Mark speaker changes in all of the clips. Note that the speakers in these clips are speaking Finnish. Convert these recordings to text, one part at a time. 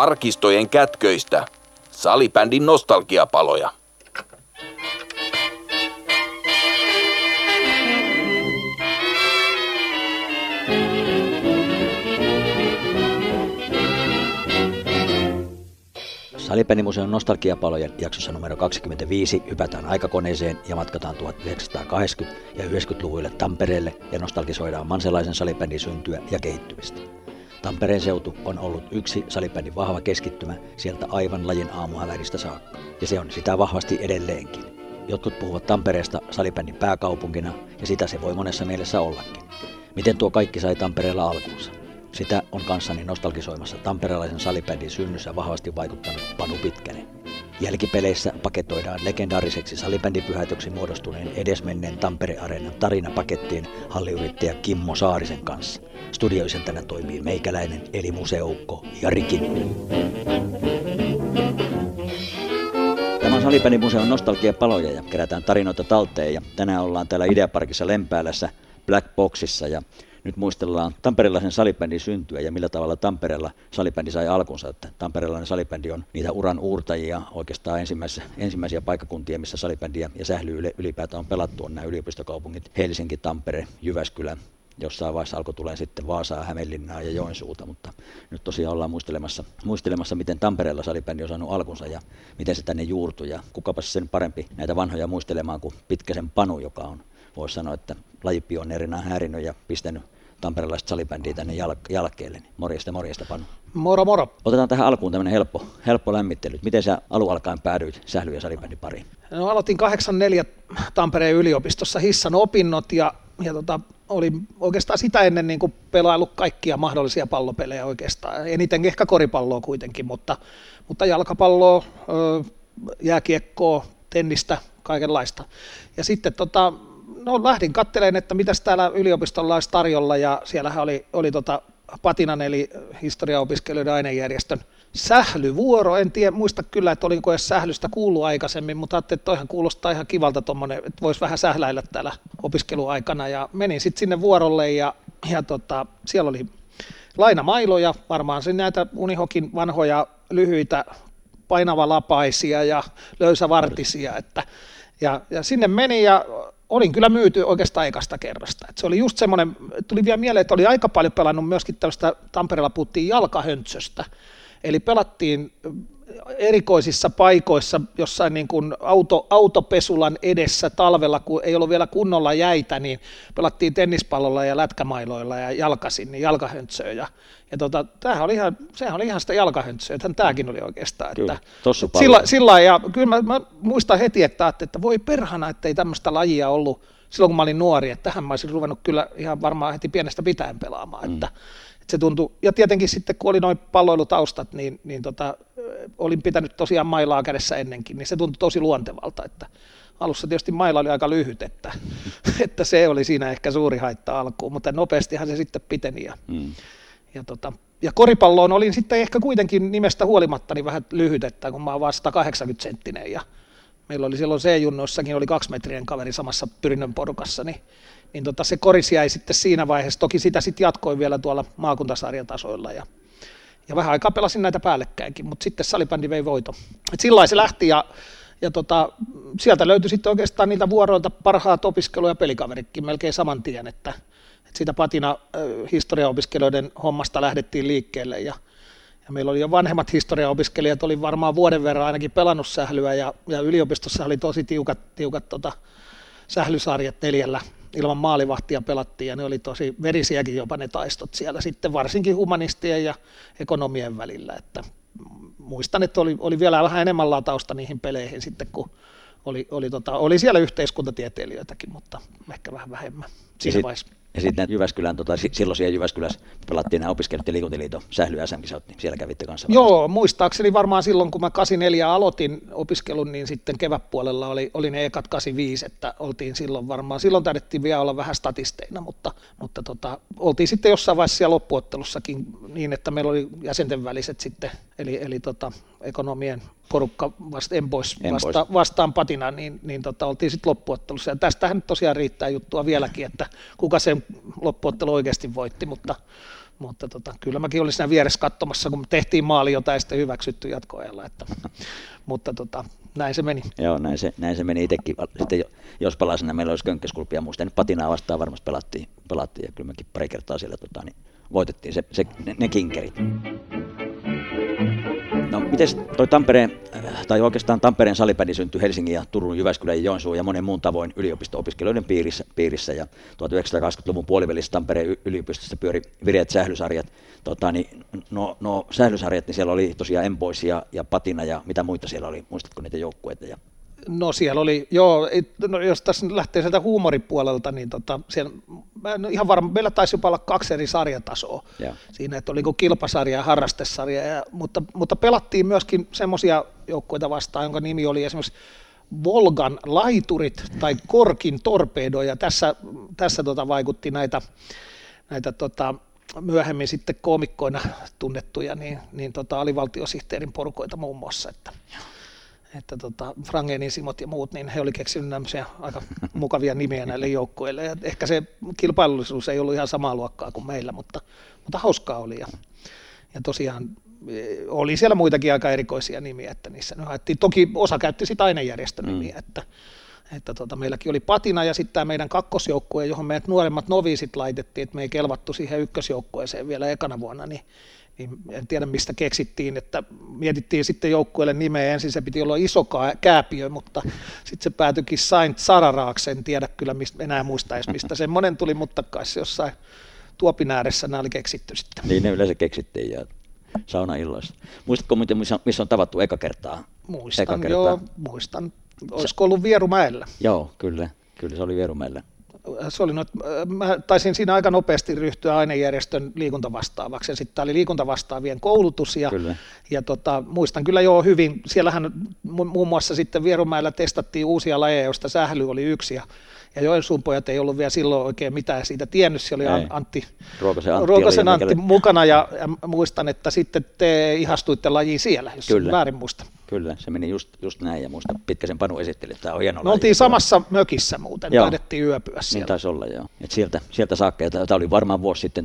Speaker 1: arkistojen kätköistä. Salibändin nostalgiapaloja.
Speaker 2: Salibändimuseon nostalgiapalojen jaksossa numero 25 hypätään aikakoneeseen ja matkataan 1980- ja 90-luvuille Tampereelle ja nostalgisoidaan manselaisen salibändin syntyä ja kehittymistä. Tampereen seutu on ollut yksi salibändin vahva keskittymä sieltä aivan lajin aamuhämäristä saakka, ja se on sitä vahvasti edelleenkin. Jotkut puhuvat Tampereesta salibändin pääkaupunkina, ja sitä se voi monessa mielessä ollakin. Miten tuo kaikki sai Tampereella alkunsa? Sitä on kanssani nostalgisoimassa tamperelaisen salibändin synnyssä vahvasti vaikuttanut Panu Pitkänen. Jälkipeleissä paketoidaan legendaariseksi salibändipyhätöksi muodostuneen edesmenneen Tampere-areenan tarinapakettiin halliyrittäjä Kimmo Saarisen kanssa. Studioisäntänä toimii meikäläinen eli museoukko Jari Kinnunen. Tämä on Salibändimuseon nostalgiapaloja ja kerätään tarinoita talteen, ja tänään ollaan täällä Ideaparkissa Lempäälässä Black Boxissa ja nyt muistellaan tamperelaisen salibändin syntyä ja millä tavalla Tampereella salibändi sai alkunsa. Että tamperelainen salibändi on niitä uran uurtajia, oikeastaan ensimmäisiä paikkakuntia, missä salibändiä ja sählyä ylipäätään on pelattu, on nämä yliopistokaupungit Helsinki, Tampere, Jyväskylä. Jossain vaiheessa alkoi tulee sitten Vaasaa, Hämeenlinnaa ja Joensuuta, mutta nyt tosiaan ollaan muistelemassa, miten Tampereella salibändi on saanut alkunsa ja miten se tänne juurtui. Ja kukapas sen parempi näitä vanhoja muistelemaan kuin Pitkäsen Panu, joka on, voisi sanoa, että lajipioneerina häirinyt ja pistänyt tamperelaista salibändiä tänne jalkeelle. Morjesta Panu.
Speaker 3: Moro.
Speaker 2: Otetaan tähän alkuun tämmöinen helppo lämmittely. Miten sä alun alkaen päädyit sähly- ja salibändin pariin?
Speaker 3: No, aloitin 84 Tampereen yliopistossa hissan opinnot ja oli oikeastaan sitä ennen niin kuin pelaillut kaikkia mahdollisia pallopelejä oikeastaan. Eniten ehkä koripalloa kuitenkin, mutta jalkapalloa, jääkiekkoa, tennistä, kaikenlaista. Ja sitten lähdin katselemaan, että mitäs täällä yliopistolla olisi tarjolla, ja siellähän oli Patinan eli historiaopiskelijoiden ainejärjestön sählyvuoro. En muista kyllä, että olinko edes sählystä kuullut aikaisemmin, mutta ajattelin, että toihan kuulostaa ihan kivalta tuommoinen, että voisi vähän sähläillä täällä opiskeluaikana, ja menin sitten sinne vuorolle, ja siellä oli lainamailoja, varmaan se näitä Unihokin vanhoja lyhyitä painavalapaisia ja löysävartisia, ja sinne meni, ja olin kyllä myyty oikeastaan ekasta kerrasta. Et se oli just semmoinen, tuli vielä mieleen, että oli aika paljon pelannut myöskin tällaista, Tampereella puhuttiin jalkahöntsöstä, eli pelattiin erikoisissa paikoissa jossain niin kuin autopesulan edessä talvella, kun ei ollut vielä kunnolla jäitä, niin pelattiin tennispallolla ja lätkämailoilla ja jalkasin, niin jalkahöntsöä. Ja sehän oli ihan sitä jalkahöntsöä, että tämäkin oli oikeastaan.
Speaker 2: Kyllä,
Speaker 3: sillä ja kyllä mä muistan heti, että voi perhana, että ei tämmöistä lajia ollut silloin, kun mä olin nuori, että tähän mä olisin ruvennut kyllä ihan varmaan heti pienestä pitäen pelaamaan. Että se tuntui, ja tietenkin sitten kun oli noin palloilutaustat, niin olin pitänyt tosiaan mailaa kädessä ennenkin, niin se tuntui tosi luontevalta, että alussa tietysti maila oli aika lyhyt, että se oli siinä ehkä suuri haitta alkuun, mutta nopeastihan se sitten piteni. Ja koripalloon olin sitten ehkä kuitenkin nimestä huolimatta niin vähän lyhyt, että kun mä oon vaan 180-senttinen, ja meillä oli silloin C-junnoissakin oli 2-metrinen kaveri samassa pyrinnön porukassa, niin se koris jäi sitten siinä vaiheessa. Toki sitä sitten jatkoin vielä tuolla maakuntasarjatasoilla ja vähän aikaa pelasin näitä päällekkäinkin, mutta sitten salibändi vei voito. Sillä se lähti ja sieltä löytyi sitten oikeastaan niiltä vuoroilta parhaat opiskelu- ja pelikaverikin melkein saman tien, että siitä Patina historiaopiskelijoiden hommasta lähdettiin liikkeelle ja meillä oli jo vanhemmat historiaopiskelijat, oli varmaan vuoden verran ainakin pelannut sählyä ja yliopistossa oli tosi tiukat sählysarjat 4 ilman maalivahtia pelattiin ja ne oli tosi verisiäkin jopa ne taistot siellä sitten varsinkin humanistien ja ekonomien välillä, että muistan, että oli vielä vähän enemmän latausta niihin peleihin sitten, kun oli siellä yhteiskuntatieteilijöitäkin, mutta ehkä vähän vähemmän siinä vaiheessa.
Speaker 2: Ja sitten Jyväskylän, silloin siellä Jyväskylässä pelattiin nämä opiskelijat ja liikuntaliiton sähly- SM-kisat, niin siellä kävitte kanssa.
Speaker 3: Joo, muistaakseni varmaan silloin, kun mä 84 aloitin opiskelun, niin sitten kevätpuolella oli ne ekat 85, että oltiin silloin varmaan, silloin taidettiin vielä olla vähän statisteina, mutta oltiin sitten jossain vaiheessa siellä loppuottelussakin niin, että meillä oli jäsenten väliset sitten, eli ekonomien porukka vastaan Patina, niin oltiin sitten loppuottelussa. Ja tästähän nyt tosiaan riittää juttua vieläkin, että kuka sen loppuottelu oikeasti voitti, mutta mutta kyllä mäkin olin siinä vieressä katsomassa, kun tehtiin maali, jota ei sitten hyväksytty jatkoajalla, mutta näin se meni.
Speaker 2: Joo, näin se meni itsekin. Sitten jos palasena meillä olisi Könkkäskulpia, muista nyt Patinaa vastaan varmasti pelattiin ja kyllä mekin pari kertaa siellä niin voitettiin ne kinkerit. No mites toi Tampereen salibändi syntyi Helsingin ja Turun, Jyväskylän ja Joensuun ja monen muun tavoin yliopisto-opiskelijoiden piirissä ja 1920-luvun puolivälissä Tampereen yliopistossa pyöri vireät sählysarjat. No sählysarjat, niin siellä oli tosiaan Emboys ja Patina ja mitä muita siellä oli, muistatko niitä joukkueita?
Speaker 3: No siellä oli, jos tässä lähtee sieltä huumoripuolelta, niin siellä, mä en ihan varma, meillä taisi jopa olla 2 eri sarjatasoa siinä, että oliko kilpasarja ja harrastesarja, mutta pelattiin myöskin semmoisia joukkueita vastaan, jonka nimi oli esimerkiksi Volgan laiturit tai Korkin torpedo, ja tässä vaikutti näitä myöhemmin sitten koomikkoina tunnettuja, niin alivaltiosihteerin porukoita muun muassa, että Frangenin Simot ja muut, niin he oli keksinyt tämmöisiä aika mukavia nimiä näille joukkueille. Ja ehkä se kilpailullisuus ei ollut ihan samaa luokkaa kuin meillä, mutta hauskaa oli. Ja tosiaan oli siellä muitakin aika erikoisia nimiä, että niissä nyt haettiin. Toki osa käytti sitä ainejärjestön nimiä, että meilläkin oli Patina ja sitten tämä meidän kakkosjoukkue, johon meidät nuoremmat noviisit laitettiin, että me ei kelvattu siihen ykkösjoukkueeseen vielä ekana vuonna, niin en tiedä mistä keksittiin, että mietittiin sitten joukkueelle nimeä, ensin se piti olla iso kääpiö, mutta sitten se päätyikin Saint Sararaaks, en tiedä kyllä enää muista edes mistä semmoinen tuli, mutta kai se jossain Tuopin ääressä nämä oli keksitty sitten.
Speaker 2: Niin ne yleensä keksittiin ja saunailloissa. Muistatko muuten, missä on tavattu eka kertaa?
Speaker 3: Muistan. Olisiko ollut Vierumäellä?
Speaker 2: Joo, kyllä se oli Vierumäellä.
Speaker 3: Mä taisin siinä aika nopeasti ryhtyä ainejärjestön liikuntavastaavaksi, ja sitten tämä oli liikuntavastaavien koulutus, ja muistan kyllä jo hyvin, siellähän muun muassa sitten Vierumäellä testattiin uusia lajeja, joista sähly oli yksi, ja Joensuun pojat ei ollut vielä silloin oikein mitään siitä tiennyt, siellä oli Ruokosen Antti mukana, ja muistan, että sitten te ihastuitte lajiin siellä, jos väärin muista.
Speaker 2: Kyllä, se meni just näin, ja muista Pitkäsen Panu esitteli, että tämä on hieno laji.
Speaker 3: Me oltiin samassa mökissä muuten, taidettiin yöpyä siellä.
Speaker 2: Niin taisi olla, joo. Et sieltä saakka, ja tämä oli varmaan vuosi sitten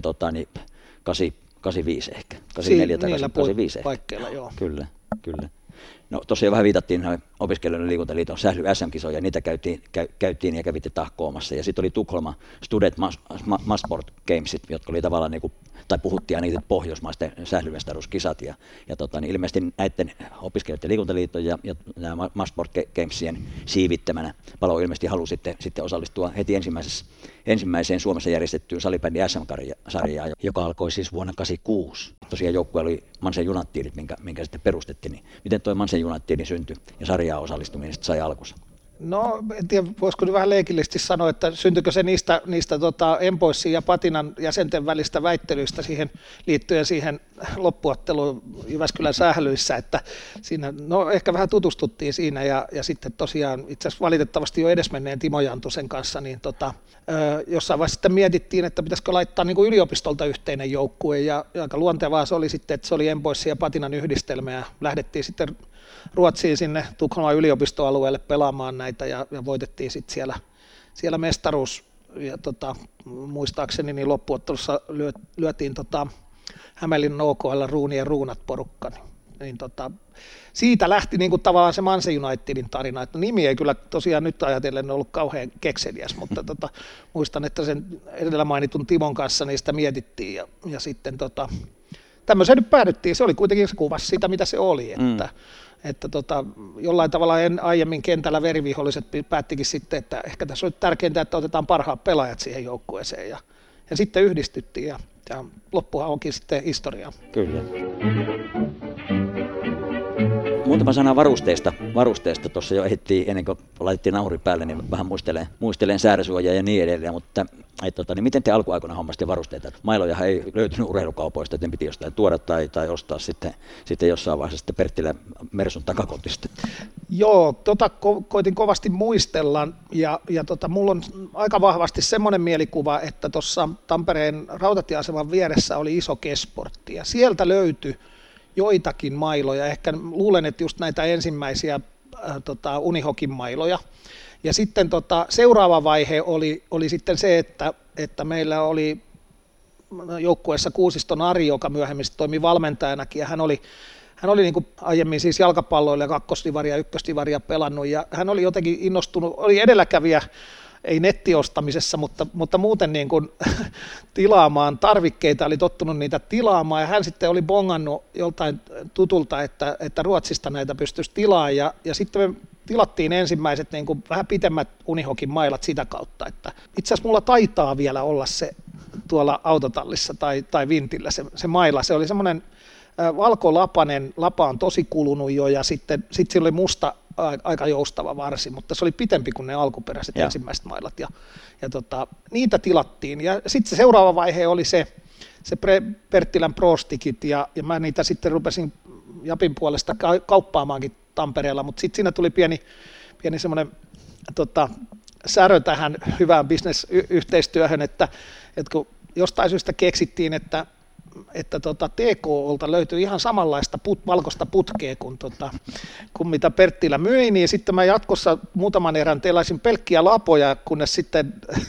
Speaker 2: 85 ehkä, 84 tai 85 ehkä.
Speaker 3: Paikkeilla, joo.
Speaker 2: Kyllä. No tosiaan vähän viitattiin opiskelijoiden liikuntaliiton sähly SM-kisoja, ja niitä käytiin ja kävitte tahkoamassa. Ja sitten oli Tukholma Student Massport Gamesit, jotka oli tavallaan tai puhuttiin niitä pohjoismaisten sählymestaruuskisat. Ja niin ilmeisesti näiden opiskelijoiden liikuntaliiton ja nämä Massport Gamesien siivittämänä Palo ilmeisesti halusi sitten osallistua heti ensimmäiseen Suomessa järjestettyyn salibändi SM-sarjaan, joka alkoi siis vuonna 1986. Tosiaan joukkue oli Mansen Unitedit, minkä sitten perustettiin. Niin miten tuo Mansen Unitedin syntyi ja sarjaan osallistuminen sitten sai alkunsa?
Speaker 3: No en tiedä, voisiko vähän leikillisesti sanoa, että syntyykö se niistä Emboysin ja Patinan jäsenten välistä väittelyistä liittyen siihen loppuotteluun Jyväskylän sählyissä, että siinä ehkä vähän tutustuttiin siinä ja sitten tosiaan itse asiassa valitettavasti jo edesmenneen Timo Jantusen kanssa, niin jossain vaiheessa sitten mietittiin, että pitäisikö laittaa niin kuin yliopistolta yhteinen joukkue ja aika luontevaa se oli sitten, että se oli Emboysin ja Patinan yhdistelmä ja lähdettiin sitten Ruotsiin sinne Tukholman yliopistoalueelle pelaamaan näitä ja voitettiin sitten siellä mestaruus ja muistaakseni niin loppuottelussa lyötiin Hämeenlinnan OKL Ruuni ja Ruunat porukka, niin siitä lähti niin kuin tavallaan se Mansen Unitedin tarina, että nimi ei kyllä tosiaan nyt ajatellen ollut kauhean kekseliäs, mutta muistan, että sen edellä mainitun Timon kanssa niistä mietittiin ja sitten tämmöiseen nyt päädyttiin, se oli kuitenkin, se kuvasi sitä mitä se oli, että jollain tavalla aiemmin kentällä veriviholliset päättikin sitten, että ehkä tässä on tärkeintä, että otetaan parhaat pelaajat siihen joukkueeseen ja sitten yhdistyttiin ja loppuhan onkin sitten historiaa.
Speaker 2: Kyllä. Muutama sana varusteesta tuossa jo ehdittiin, ennen kuin laitettiin nauhuri päälle, niin vähän muistelen sääräsuojaa ja niin edelleen, mutta niin miten te alkuaikoina hommasitte varusteita? Mailoja ei löytynyt urheilukaupoista, että ne piti jostain tuoda tai ostaa sitten jossain vaiheessa sitten Perttilä Mersun takakotista.
Speaker 3: Joo, koitin kovasti muistella ja mulla on aika vahvasti semmoinen mielikuva, että tuossa Tampereen rautatieaseman vieressä oli iso Kesportti ja sieltä löytyi joitakin mailoja, ehkä luulen, että just näitä ensimmäisiä Unihokin mailoja. Ja sitten seuraava vaihe oli sitten se, että meillä oli joukkueessa Kuusiston Ari, joka myöhemmin toimi valmentajanakin, ja hän oli niin kuin aiemmin siis jalkapalloilla kakkosdivaria ja ykkösdivaria pelannut, ja hän oli jotenkin innostunut, oli edelläkävijä, ei nettiostamisessa, mutta muuten niin kuin tilaamaan tarvikkeita, oli tottunut niitä tilaamaan, ja hän sitten oli bongannut joltain tutulta, että Ruotsista näitä pystyisi tilaamaan, ja sitten me tilattiin ensimmäiset niin kuin vähän pitemmät Unihokin mailat sitä kautta, että itse asiassa mulla taitaa vielä olla se tuolla autotallissa tai vintillä se maila, se oli semmoinen valkolapanen, lapa on tosi kulunut jo, ja sitten se oli musta aika joustava varsi, mutta se oli pitempi kuin ne alkuperäiset ensimmäiset mailat, ja niitä tilattiin, ja sitten se seuraava vaihe oli se Perttilän Pro-Stickit, ja mä niitä sitten rupesin Japin puolesta kauppaamaankin Tampereella, mutta sitten siinä tuli pieni semmoinen särö tähän hyvään bisnesyhteistyöhön, että kun jostain syystä keksittiin, että TK:lta löytyi ihan samanlaista valkoista putkea kuin mitä Perttilä myi, niin sitten mä jatkossa muutaman erän telaisin pelkkiä lapoja, kunnes sitten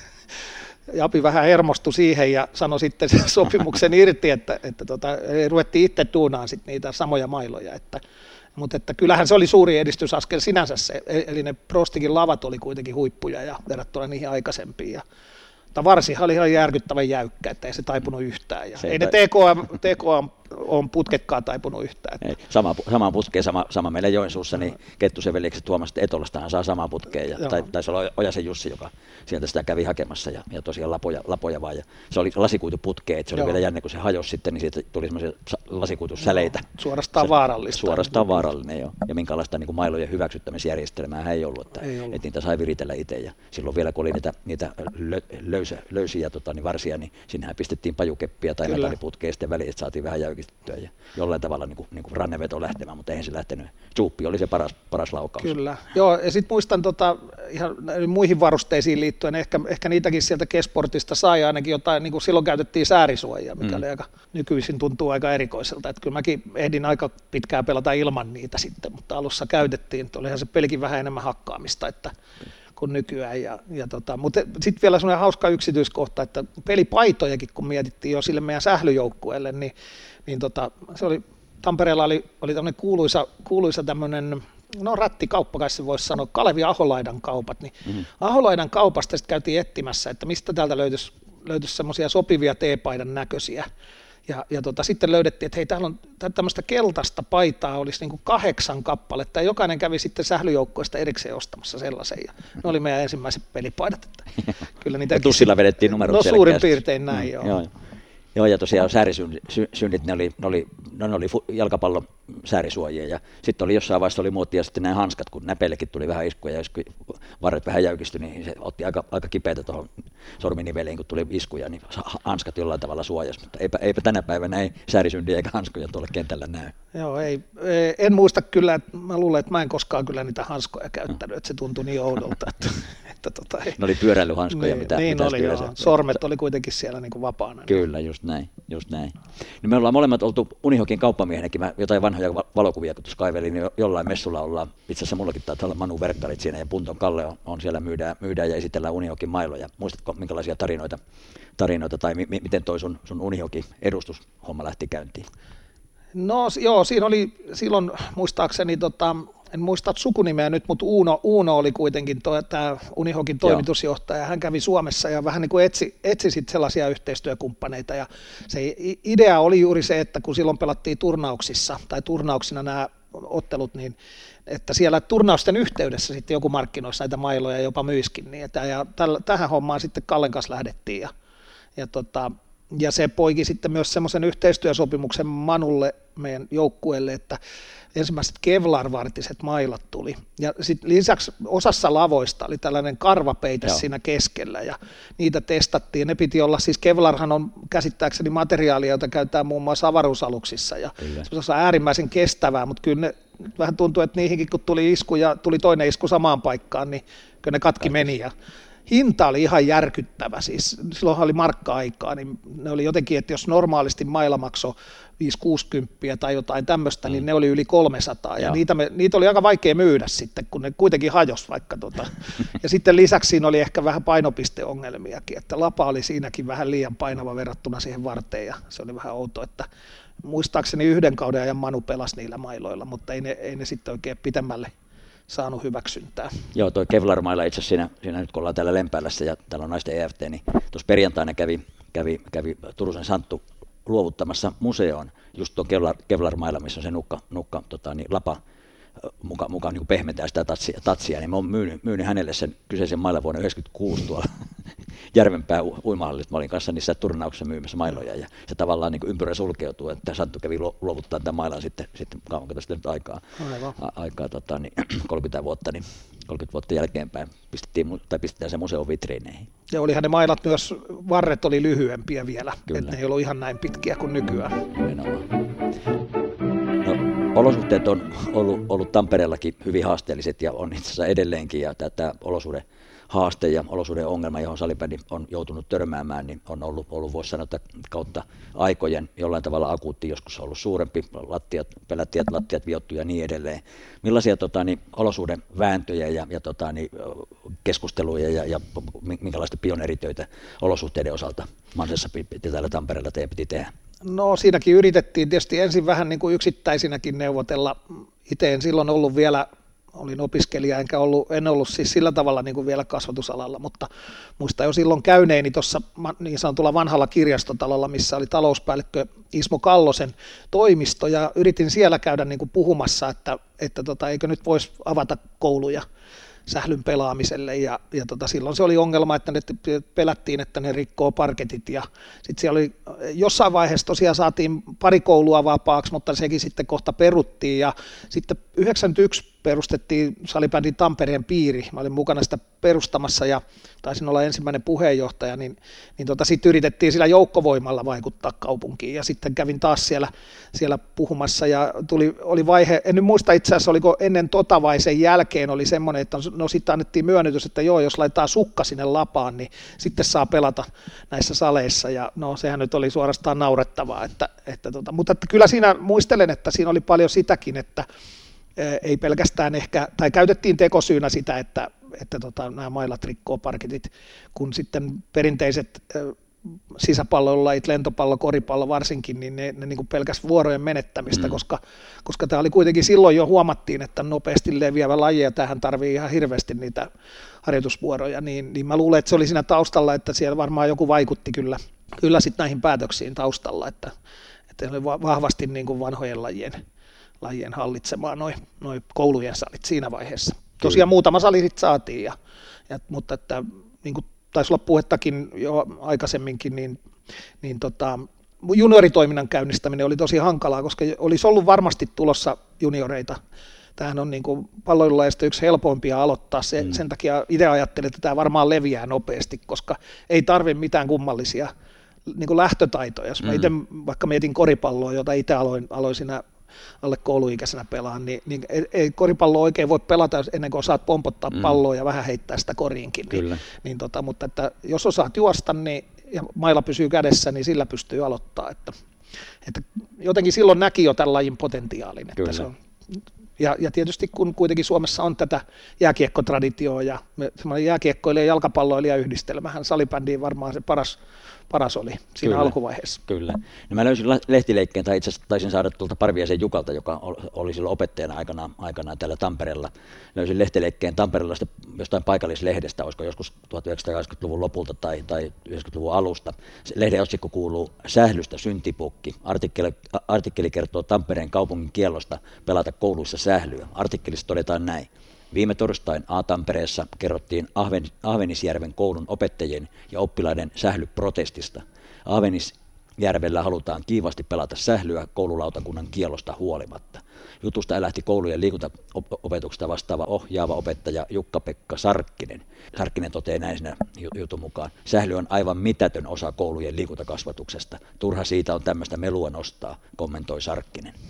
Speaker 3: Japi vähän hermostui siihen ja sanoi sitten sen sopimuksen irti, että ruvettiin itse tuunaan sitten niitä samoja mailoja, mutta että kyllähän se oli suuri edistysaskel sinänsä se, eli ne Prostikin lavat oli kuitenkin huippuja ja verrattuna niihin aikaisempiin. Varsinhan oli ihan järkyttävän jäykkä, että ei se taipunut yhtään. Ja ei ne TKM on putketkaan taipunut yhtään.
Speaker 2: Ei, sama putkeen, sama meillä Joensuussa, niin Kettusen veljekset Tuomas Etolastahan saa samaa putkeen. Ja taisi olla Ojasen Jussi, joka sieltä sitä kävi hakemassa ja tosiaan lapoja vaan. Ja se oli lasikuituputkeen, että se oli vielä jännä, kun se hajosi sitten, niin siitä tuli semmoisia lasikuitussäleitä.
Speaker 3: Suorastaan vaarallista.
Speaker 2: Suorastaan vaarallinen, joo. Ja minkälaista niin kuin mailojen hyväksyttämisjärjestelmää ei ollut, että niitä sai viritellä itse. Ja silloin vielä, kun oli niitä löysiä varsia, niin sinnehän pistettiin pajukeppiä tai metalliputkea sitten väliin, että saatiin vähän jäykistettyä ja jollain tavalla niin kuin ranneveto lähtemään, mutta eihän se lähtenyt. Suuppi oli se paras laukaus.
Speaker 3: Kyllä, joo, ja sitten muistan ihan muihin varusteisiin liittyen, ehkä niitäkin sieltä Kesportista sai ainakin jotain, niin kuin silloin käytettiin säärisuojia, mikä oli nykyisin tuntuu aika erikoiselta, että kyllä mäkin ehdin aika pitkään pelata ilman niitä sitten, mutta alussa käytettiin, että olihan se pelikin vähän enemmän hakkaamista, kuin nykyään. Mutta sitten vielä semmoinen hauska yksityiskohta, että pelipaitojakin kun mietittiin jo sille meidän sählyjoukkueelle, niin se oli, Tampereella oli tämmöinen kuuluisa tämmöinen, rättikauppa kai se voisi sanoa, Kalevi Aholaidan kaupat, niin Aholaidan kaupasta sitten käytiin etsimässä, että mistä täältä löytyisi semmoisia sopivia teepaidan näköisiä. Ja sitten löydettiin, että hei, täällä on tämmöistä keltaista paitaa, olisi niin kuin 8 kappaletta, ja jokainen kävi sitten sählyjoukkoista erikseen ostamassa sellaisen, ja ne oli meidän ensimmäiset pelipaidat. Että kyllä niitä
Speaker 2: tussilla vedettiin numerot selkeästi.
Speaker 3: Suurin piirtein näin,
Speaker 2: Joo, ja tosiaan säärisynnit, ne oli jalkapallon säärisuojia, ja sitten oli jossain vaiheessa oli muotia sitten nämä hanskat, kun näpeillekin tuli vähän iskuja, ja jos varret vähän jäykistyi, niin se otti aika kipeätä tuohon sorminiveliin, kun tuli iskuja, niin hanskat jollain tavalla suojasi, mutta eipä tänä päivänä ei säärisyndiä eikä hanskoja tuolla kentällä näy.
Speaker 3: Joo, en muista kyllä, mä luulen, että mä en koskaan kyllä niitä hanskoja käyttänyt, että se tuntui niin oudolta,
Speaker 2: Ne oli pyöräilyhanskoja, mitä
Speaker 3: oli, joo. Sormet oli kuitenkin siellä niin kuin vapaana.
Speaker 2: Kyllä, just näin. No me ollaan molemmat oltu Unihokin kauppamiehenäkin, mä jotain vanhoja valokuvia, kun tuossa kaivelin, niin jollain messulla ollaan, itse asiassa mullakin taitaa olla Manu Verkkarit siinä, ja Punton Kalle on siellä myydään ja esitellään Unihokin mailoja. Muistatko, minkälaisia tarinoita tai miten toi sun Unihokin edustushomma lähti käyntiin?
Speaker 3: No joo, siinä oli silloin muistaakseni, en muista sukunimeä nyt, mutta Uuno oli kuitenkin tämä Unihokin toimitusjohtaja. Hän kävi Suomessa ja vähän niin kuin etsi sit sellaisia yhteistyökumppaneita. Ja se idea oli juuri se, että kun silloin pelattiin turnauksina nämä ottelut, niin että siellä turnausten yhteydessä sitten joku markkinoissa näitä mailoja jopa myiskin. Niin, ja tähän hommaan sitten Kallen kanssa lähdettiin. Ja se poiki sitten myös semmoisen yhteistyösopimuksen Manulle, meidän joukkueelle, että ensimmäiset Kevlar-vartiset mailat tuli. Ja sitten lisäksi osassa lavoista oli tällainen karvapeite siinä keskellä, ja niitä testattiin. Ne piti olla, siis Kevlarhan on käsittääkseni materiaalia, jota käytetään muun muassa avaruusaluksissa, ja se on äärimmäisen kestävää, mutta kyllä ne vähän tuntuu, että niihinkin kun tuli isku ja tuli toinen isku samaan paikkaan, niin kyllä ne katki meni. hinta oli ihan järkyttävä, siis silloinhan oli markka-aikaa, niin ne oli jotenkin, että jos normaalisti mailla maksoi 5-60 tai jotain tämmöistä, niin ne oli yli 300, ja niitä oli aika vaikea myydä sitten, kun ne kuitenkin hajosi vaikka ja sitten lisäksi siinä oli ehkä vähän painopisteongelmiakin, että lapa oli siinäkin vähän liian painava verrattuna siihen varteen, ja se oli vähän outo, että muistaakseni yhden kauden ajan Manu pelasi niillä mailoilla, mutta ei ne sitten oikein pitemmälle saanut hyväksyntää.
Speaker 2: Joo, toi Kevlar-maila itse asiassa siinä nyt kun ollaan täällä Lempäälässä ja täällä on naisten EFT, niin tuossa perjantaina kävi Turusen Santtu luovuttamassa museoon just tuon Kevlar-mailla, missä on se nukka lapa mukaan niin pehmentää sitä tatsia, niin mä oon myynyt hänelle sen kyseisen mailan vuonna 1996 tuolla Järvenpää uimahallissa. Mä olin kanssa niissä turnauksissa myymässä mailoja ja se tavallaan niin ympyrä sulkeutuu, että Santtu kävi luovuttaa tämän mailan sitten kauanko tästä nyt aikaa 30 vuotta jälkeenpäin pistetään se museon vitriineihin.
Speaker 3: Ja olihan ne mailat myös, varret oli lyhyempiä vielä, että ne ei ollut ihan näin pitkiä kuin nykyään.
Speaker 2: Olosuhteet on ollut Tampereellakin hyvin haasteelliset ja on itse asiassa edelleenkin, ja tämä olosuhdehaaste ja olosuhdeongelma, johon salibändi on joutunut törmäämään, niin on ollut voisi sanoa, että kautta aikojen jollain tavalla akuutti, joskus on ollut suurempi, lattiat viottu ja niin edelleen. Millaisia olosuhdevääntöjä ja keskusteluja ja minkälaista pioneeritöitä olosuhteiden osalta Mansessa täällä Tampereella teidän piti tehdä?
Speaker 3: No siinäkin yritettiin tietysti ensin vähän niin kuin yksittäisinäkin neuvotella. Itse en silloin ollut vielä, olin opiskelija, en ollut siis sillä tavalla niin kuin vielä kasvatusalalla, mutta muistan jo silloin käyneeni tuossa niin sanotulla vanhalla kirjastotalolla, missä oli talouspäällikkö Ismo Kallosen toimisto, ja yritin siellä käydä niin kuin puhumassa, että eikö nyt voisi avata kouluja sählyn pelaamiselle, ja silloin se oli ongelma, että ne pelättiin, että ne rikkoo parketit, ja sitten siellä oli jossain vaiheessa tosiaan saatiin pari koulua vapaaksi, mutta sekin sitten kohta peruttiin, ja sitten 91 perustettiin salibändin Tampereen piiri, mä olin mukana sitä perustamassa ja taisin olla ensimmäinen puheenjohtaja, niin sitten yritettiin sillä joukkovoimalla vaikuttaa kaupunkiin, ja sitten kävin taas siellä puhumassa, ja oli vaihe, en nyt muista itse asiassa oliko ennen vai sen jälkeen oli semmoinen, että sitten annettiin myönnytys, että joo, jos laitetaan sukka sinne lapaan, niin sitten saa pelata näissä saleissa, ja no sehän nyt oli suorastaan naurettavaa, mutta että kyllä siinä muistelen, että siinä oli paljon sitäkin, että ei pelkästään ehkä, tai käytettiin tekosyynä sitä, että nämä mailat rikkoo parketit, kun sitten perinteiset sisäpallolajit, lentopallo, koripallo varsinkin, niin ne niin kuin pelkäs vuorojen menettämistä, koska tämä oli kuitenkin silloin jo huomattiin, että nopeasti leviävä laji, ja tähän tarvii ihan hirveästi niitä harjoitusvuoroja, niin mä luulen, että se oli siinä taustalla, että siellä varmaan joku vaikutti kyllä sitten näihin päätöksiin taustalla, että oli vahvasti niin kuin vanhojen lajien hallitsemaan noi koulujen salit siinä vaiheessa. Tosiaan muutama sali sitten saatiin, mutta että, niin kuin taisi olla puhettakin jo aikaisemminkin, niin junioritoiminnan käynnistäminen oli tosi hankalaa, koska olisi ollut varmasti tulossa junioreita. Tämähän on niin kuin palloilulajista yksi helpoimpia aloittaa. Sen takia itse ajattelin, että tämä varmaan leviää nopeasti, koska ei tarvitse mitään kummallisia niin kuin lähtötaitoja. Jos mä itse vaikka mietin koripalloa, jota itse aloin siinä alle kouluikäisenä pelaan, niin ei koripalloa oikein voi pelata ennen kuin osaat pompottaa palloa ja vähän heittää sitä koriinkin. Mutta että jos osaat juosta ja maila pysyy kädessä, niin sillä pystyy aloittaa. Että jotenkin silloin näki jo tämän lajin potentiaalin. Että se on, ja tietysti kun kuitenkin Suomessa on tätä jääkiekkotraditioa ja semmoinen jääkiekkoilija ja jalkapalloilija yhdistelmähän salibändiin varmaan se paras oli siinä alkuvaiheessa. Kyllä. No mä löysin lehtileikkeen, tai itse asiassa taisin saada tuolta Parviaisen Jukalta, joka oli silloin opettajana aikanaan täällä Tampereella. Löysin lehtileikkeen Tampereella jostain paikallislehdestä, olisiko joskus 1980-luvun lopulta tai 90-luvun alusta. Se lehden otsikko kuuluu "Sählystä syntipukki". Artikkeli kertoo Tampereen kaupungin kiellosta pelata kouluissa sählyä. Artikkelissa todetaan näin. Viime torstain A-Tampereessa kerrottiin Ahvenisjärven koulun opettajien ja oppilaiden sählyprotestista. Ahvenisjärvellä halutaan kiivasti pelata sählyä koululautakunnan kiellosta huolimatta. Jutusta älähti koulujen liikuntaopetuksesta vastaava ohjaava opettaja Jukka-Pekka Sarkkinen. Sarkkinen toteaa näin siinä jutun mukaan: "Sähly on aivan mitätön osa koulujen liikuntakasvatuksesta. Turha siitä on tämmöistä melua nostaa", kommentoi Sarkkinen.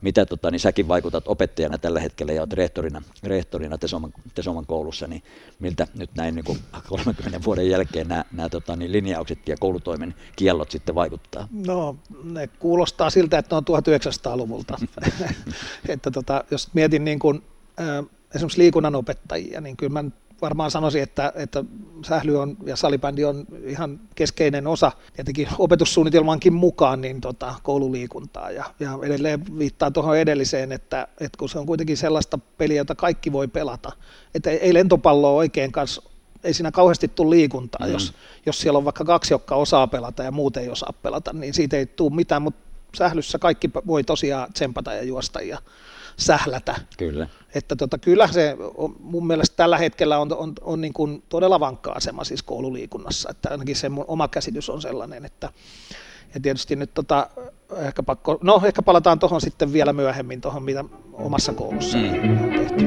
Speaker 2: mitä niin säkin vaikutat opettajana tällä hetkellä ja olet rehtorina Tesoman koulussa, niin miltä nyt näin niin kuin 30 vuoden jälkeen nämä linjaukset ja koulutoimen kiellot sitten vaikuttaa?
Speaker 3: No ne kuulostaa siltä, että ne on 1900-luvulta. Että jos mietin niin kuin, esimerkiksi liikunnanopettajia, niin kyllä mä varmaan sanoisin, että sähly on ja salibändi on ihan keskeinen osa tietenkin opetussuunnitelmankin mukaan niin koululiikuntaa ja edelleen viittaa tuohon edelliseen, että kun se on kuitenkin sellaista peliä, jota kaikki voi pelata, että ei lentopalloa oikein kanssa, ei siinä kauheasti tule liikuntaa, jos siellä on vaikka 2, jotka osaa pelata ja muut ei osaa pelata, niin siitä ei tule mitään, mutta sählyssä kaikki voi tosiaan tsempata ja juosta ja sählätä.
Speaker 2: Kyllä.
Speaker 3: Että kyllä se mun mielestä tällä hetkellä on niin kuin todella vankka asema siis koululiikunnassa, että ainakin se mun oma käsitys on sellainen, että ja tietysti nyt ehkä palataan tuohon sitten vielä myöhemmin tuohon, mitä omassa koulussa on tehty.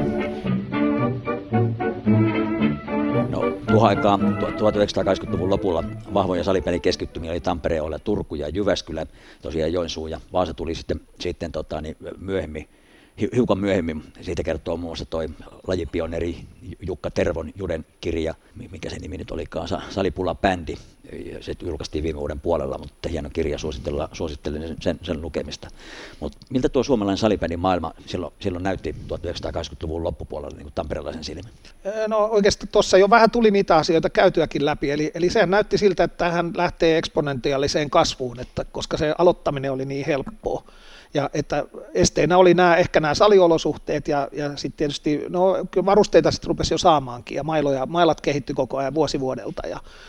Speaker 2: No, tuohon aikaan 1980-luvun lopulla vahvoja salibändin keskittymiä oli Tampere, Oula, Turku ja Jyväskylä, tosiaan Joensuu ja Vaasa tuli sitten myöhemmin. Hiukan myöhemmin siitä kertoo muun muassa toi lajipioneeri Jukka Tervon Juden kirja, mikä se nimi nyt olikaan, Salipula-bändi. Se julkaistiin viime vuoden puolella, mutta hieno kirja, suosittelen sen lukemista. Mutta miltä tuo suomalainen salibändin maailma silloin näytti 1980-luvun loppupuolella niin kuin tamperelaisen silmin?
Speaker 3: No oikeastaan tuossa jo vähän tuli niitä asioita käytyäkin läpi, eli sehän näytti siltä, että hän lähtee eksponentiaaliseen kasvuun, koska se aloittaminen oli niin helppoa. Ja että esteinä oli ehkä nämä saliolosuhteet ja sitten tietysti kyllä varusteita sitten rupesi jo saamaankin ja mailat kehittyi koko ajan vuosi vuodelta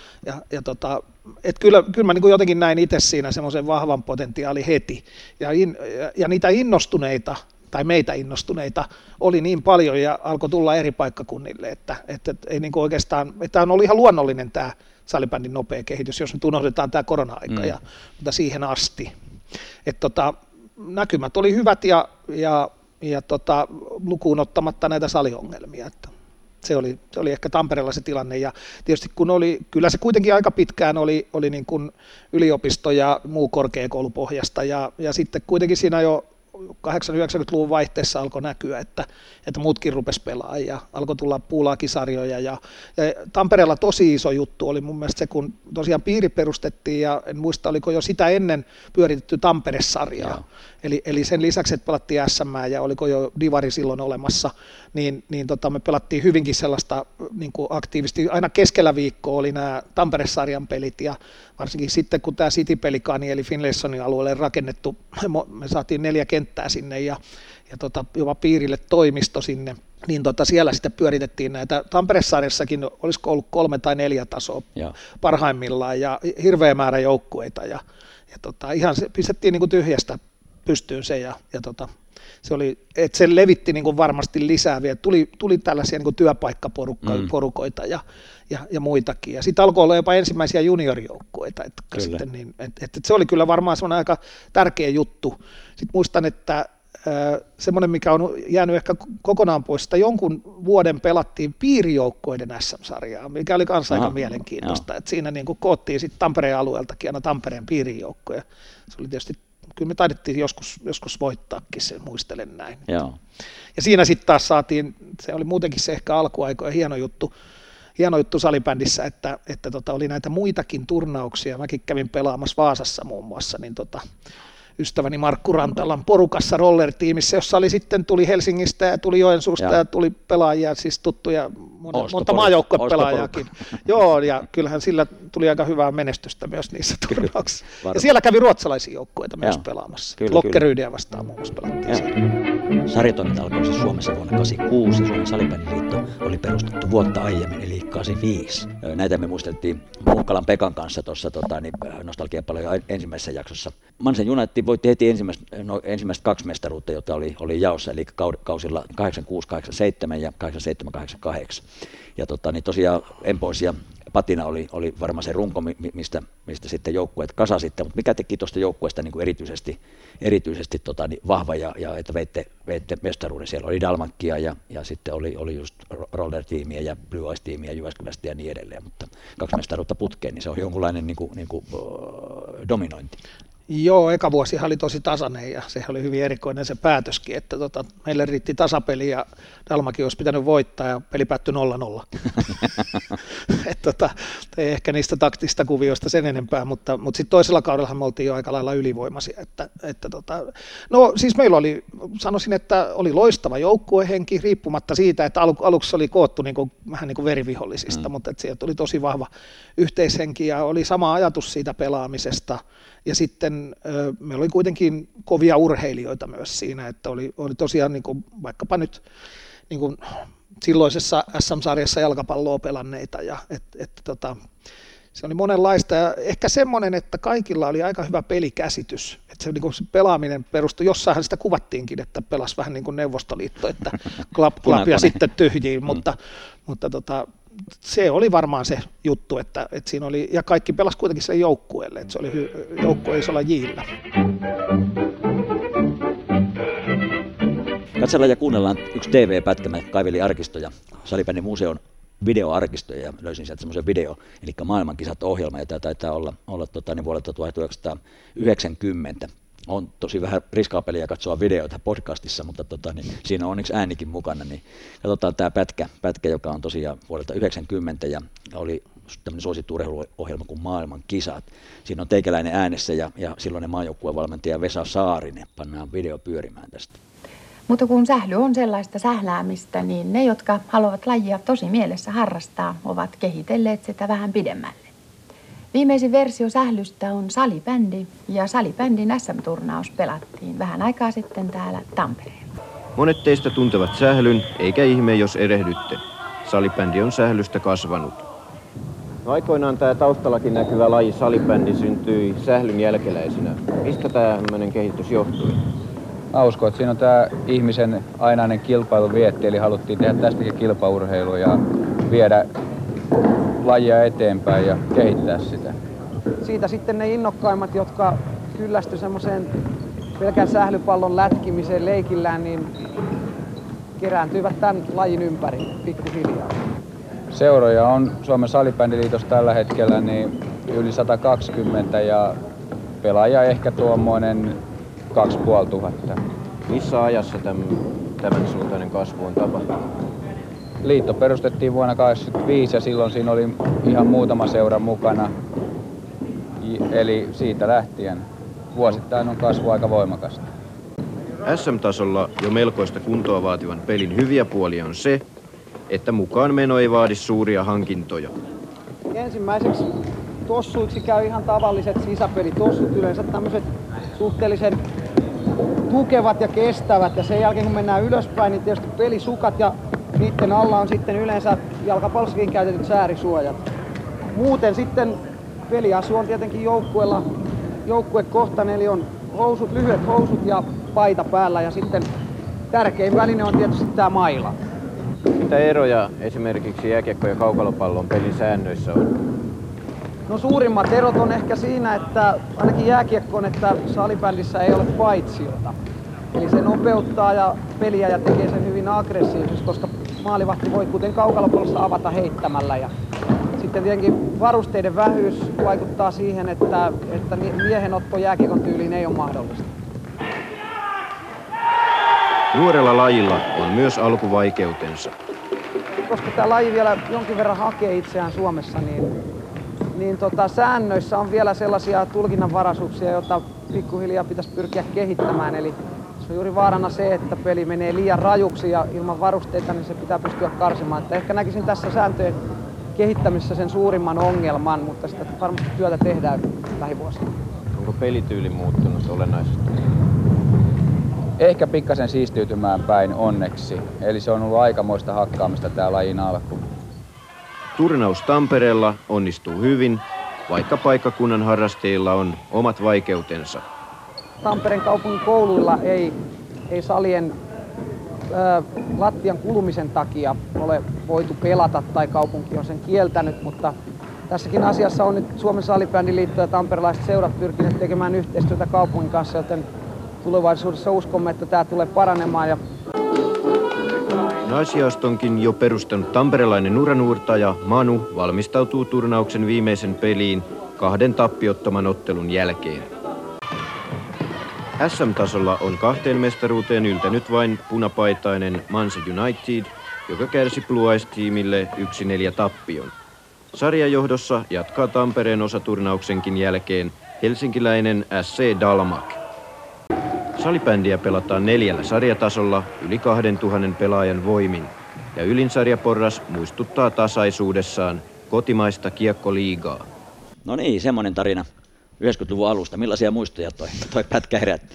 Speaker 3: että kyllä mä niin kuin jotenkin näin itse siinä semmoisen vahvan potentiaali heti ja niitä innostuneita tai meitä innostuneita oli niin paljon ja alkoi tulla eri paikkakunnille, että ei niin kuin oikeastaan, että on ollut ihan luonnollinen tämä salibändin nopea kehitys, jos nyt unohdetaan tämä korona-aika mutta siihen asti. Että näkymät oli hyvät ja lukuun ottamatta näitä saliongelmia. Että se oli ehkä Tampereella se tilanne ja tietysti kyllä se kuitenkin aika pitkään oli niin kuin yliopisto ja muu korkeakoulupohjasta ja sitten kuitenkin siinä jo 80-90-luvun vaihteessa alkoi näkyä, että muutkin rupesi pelaamaan ja alkoi tulla puulaakisarjoja ja Tampereella tosi iso juttu oli mun mielestä se, kun tosiaan piiri perustettiin ja en muista oliko jo sitä ennen pyöritetty Tampere-sarjaa, eli sen lisäksi, että pelattiin SM ja oliko jo Divari silloin olemassa, niin me pelattiin hyvinkin sellaista niin kuin aktiivisesti, aina keskellä viikkoa oli nämä Tampere-sarjan pelit ja varsinkin sitten kun tämä City-pelikaani eli Finlaysonin alueelle rakennettu, me saatiin 4 kenttää sinne ja jopa piirille toimisto sinne, niin siellä sitten pyöritettiin näitä, Tampere-sarjassakin olisiko ollut 3 tai 4 tasoa parhaimmillaan ja hirveä määrä joukkueita ja ihan se pistettiin niin kuin tyhjästä pystyyn se ja se oli, että se levitti niin kuin varmasti lisää vielä, tuli tällaisia niin kuin työpaikkaporukoita ja muitakin. Ja sitten alkoi olla jopa ensimmäisiä juniorijoukkueita, että se oli kyllä varmaan semmoinen aika tärkeä juttu. Sitten muistan, että semmoinen, mikä on jäänyt ehkä kokonaan pois, että jonkun vuoden pelattiin piirijoukkoiden SM-sarjaa, mikä oli kanssa aika mielenkiintoista. Että siinä niin kuin koottiin sitten Tampereen alueeltakin aina Tampereen piirijoukkoja. Se oli tietysti, kyllä me taidettiin joskus voittaakin, sen muistelen näin.
Speaker 2: Joo.
Speaker 3: Ja siinä sitten taas saatiin, se oli muutenkin se ehkä alkuaikoja hieno juttu salibändissä, että oli näitä muitakin turnauksia. Mäkin kävin pelaamassa Vaasassa muun muassa, niin ystäväni Markku Rantalan porukassa roller-tiimissä, jossa tuli Helsingistä ja tuli Joensuusta ja tuli pelaajia, siis tuttuja, monta maajoukkuepelaajaakin. Joo, ja kyllähän sillä tuli aika hyvää menestystä myös niissä turnauksissa. Ja siellä kävi ruotsalaisia joukkueita myös pelaamassa. Lokkeryydiä vastaan muun muassa pelattiin siellä.
Speaker 2: Sarjatoiminta alkoi siis Suomessa vuonna 1986 ja Suomen salibändiliitto oli perustettu vuotta aiemmin, eli 1985. Näitä me muisteltiin Muhkalan Pekan kanssa tuossa nostalgiapaloja ensimmäisessä jaksossa. Mansen United voitti heti ensimmäiset 2 mestaruutta, joita oli jaossa, eli kausilla 86-87 ja 87-88. Ja tosiaan Empos ja Patina oli varmaan se runko, mistä sitten joukkueet kasasitte, mutta mikä teki tuosta joukkueesta niin kuin erityisesti vahva ja että veitte mestaruuden? Siellä oli Dalmakkia ja sitten oli just Roller-tiimiä ja Blue Eyes-tiimiä Jyväskylästä ja niin edelleen, mutta 2 mestaruutta putkeen, niin se on jonkunlainen niin kuin dominointi.
Speaker 3: Joo, eka vuosihan oli tosi tasainen ja sehän oli hyvin erikoinen se päätöskin, että meille riitti tasapeli ja Dalmakin olisi pitänyt voittaa ja peli päättyi 0-0. Ei ehkä niistä taktista kuvioista sen enempää, mutta sitten toisella kaudellahan me oltiin jo aika lailla ylivoimaisia. No siis meillä oli, sanoisin, että oli loistava joukkuehenki riippumatta siitä, että aluksi oli koottu vähän niin kuin verivihollisista, mutta sieltä oli tosi vahva yhteishenki ja oli sama ajatus siitä pelaamisesta. Ja sitten meillä oli kuitenkin kovia urheilijoita myös siinä, että oli tosiaan niin kuin, vaikkapa nyt niin kuin silloisessa SM-sarjassa jalkapalloa pelanneita. Ja, se oli monenlaista ja ehkä semmoinen, että kaikilla oli aika hyvä pelikäsitys. Että se, niin kuin se pelaaminen perustui, jossainhan sitä kuvattiinkin, että pelasi vähän niin kuin Neuvostoliitto, että klap ja sitten tyhjiin, mutta se oli varmaan se juttu, että siinä oli, ja kaikki pelasi kuitenkin sen joukkueelle, että se oli joukkue isolla jillä.
Speaker 2: Katsellaan ja kuunnellaan yksi TV-pätkä, mä kaivelin arkistoja, Salibändin museon videoarkistoja ja löysin sieltä semmoisen video, eli maailmankisat-ohjelma, ja tämä taitaa olla vuodelta 1990. On tosi vähän riskaapeliä katsoa videoita podcastissa, mutta siinä on onneksi äänikin mukana, niin katsotaan tämä pätkä, joka on tosiaan vuodelta 1990 ja oli tämmöinen suosittu urheiluohjelma kuin Maailman kisat. Siinä on teikäläinen äänessä ja silloinen maajoukkuevalmentaja Vesa Saarinen. Pannaan video pyörimään tästä.
Speaker 4: Mutta kun sähly on sellaista sähläämistä, niin ne, jotka haluavat lajia tosi mielessä harrastaa, ovat kehitelleet sitä vähän pidemmälle. Viimeisin versio sählystä on salibändi, ja salibändin SM-turnaus pelattiin vähän aikaa sitten täällä Tampereella.
Speaker 5: Monet teistä tuntevat sählyn, eikä ihme, jos erehdytte. Salibändi on sählystä kasvanut. No, aikoinaan tämä taustallakin näkyvä laji salibändi syntyi sählyn jälkeläisenä. Mistä tämmöinen kehitys johtui?
Speaker 6: Mä uskon, että siinä on tämä ihmisen ainainen kilpailuvietti, eli haluttiin tehdä tästäkin kilpaurheilua ja viedä lajia eteenpäin ja kehittää sitä.
Speaker 7: Siitä sitten ne innokkaimmat, jotka kyllästy semmoiseen pelkän sählypallon lätkimiseen leikillään, niin kerääntyivät tämän lajin ympäri pikkuhiljaa.
Speaker 6: Seuroja on Suomen salibändiliitossa tällä hetkellä niin yli 120 ja pelaajia ehkä tuommoinen 2500.
Speaker 5: Missä ajassa tämän suuntainen kasvu on tapahtunut?
Speaker 6: Liitto perustettiin vuonna 1985 ja silloin siinä oli ihan muutama seura mukana. Eli siitä lähtien vuosittain on kasvu aika voimakasta.
Speaker 5: SM-tasolla jo melkoista kuntoa vaativan pelin hyviä puolia on se, että mukaan meno ei vaadi suuria hankintoja.
Speaker 7: Ensimmäiseksi tossuiksi käy ihan tavalliset sisäpelitossut, yleensä tämmöiset suhteellisen tukevat ja kestävät. Ja sen jälkeen kun mennään ylöspäin, niin tietysti pelisukat ja niiden alla on sitten yleensä jalkapallossakin käytetyt säärisuojat. Muuten sitten peliasu on tietenkin joukkuekohtainen, eli on housut, lyhyet housut ja paita päällä ja sitten tärkein väline on tietysti tämä maila.
Speaker 5: Mitä eroja esimerkiksi jääkiekko- ja kaukalopallon pelin säännöissä on?
Speaker 7: No suurimmat erot on ehkä siinä, että ainakin jääkiekkoon, että salibändissä ei ole paitsiota. Eli se nopeuttaa ja peliä ja tekee sen hyvin aggressiivisesti, koska maalivahti voi kuten kaukalopallossa avata heittämällä. Ja sitten tietenkin varusteiden vähyys vaikuttaa siihen, että miehenotto jääkiekon tyyliin ei ole mahdollista.
Speaker 5: Nuorella lajilla on myös alkuvaikeutensa.
Speaker 7: Koska tämä laji vielä jonkin verran hakee itseään Suomessa, niin säännöissä on vielä sellaisia tulkinnanvaraisuuksia, joita pikkuhiljaa pitäisi pyrkiä kehittämään. Eli se on juuri vaarana se, että peli menee liian rajuksi ja ilman varusteita niin se pitää pystyä karsimaan. Että ehkä näkisin tässä sääntöjen kehittämisessä sen suurimman ongelman, mutta sitä varmasti työtä tehdään lähivuosina.
Speaker 5: Onko pelityyli muuttunut olennaisesti?
Speaker 6: Ehkä pikkasen siistiytymään päin onneksi. Eli se on ollut aikamoista hakkaamista tää lajin alkuun.
Speaker 5: Turnaus Tampereella onnistuu hyvin, vaikka paikkakunnan harrastajilla on omat vaikeutensa.
Speaker 7: Tampereen kaupungin kouluilla ei salien lattian kulumisen takia ole voitu pelata tai kaupunki on sen kieltänyt, mutta tässäkin asiassa on nyt Suomen salibändiliitto ja tamperelaiset seurat pyrkineet tekemään yhteistyötä kaupungin kanssa, joten tulevaisuudessa uskomme, että tämä tulee paranemaan.
Speaker 5: Naisjaostonkin jo perustanut tamperelainen uranuurtaja Manu valmistautuu turnauksen viimeisen peliin 2 tappiottoman ottelun jälkeen. SM-tasolla on 2 mestaruuteen yltänyt vain punapaitainen Manchester United, joka kärsi Blue Eyes-tiimille 1-4 tappion. Sarjajohdossa jatkaa Tampereen osaturnauksenkin jälkeen helsinkiläinen SC Dalmak. Salibändiä pelataan 4 sarjatasolla yli 2000 pelaajan voimin, ja ylinsarjaporras muistuttaa tasaisuudessaan kotimaista kiekkoliigaa.
Speaker 2: No niin, semmoinen tarina 90-luvun alusta. Millaisia muistoja toi pätkä herätti?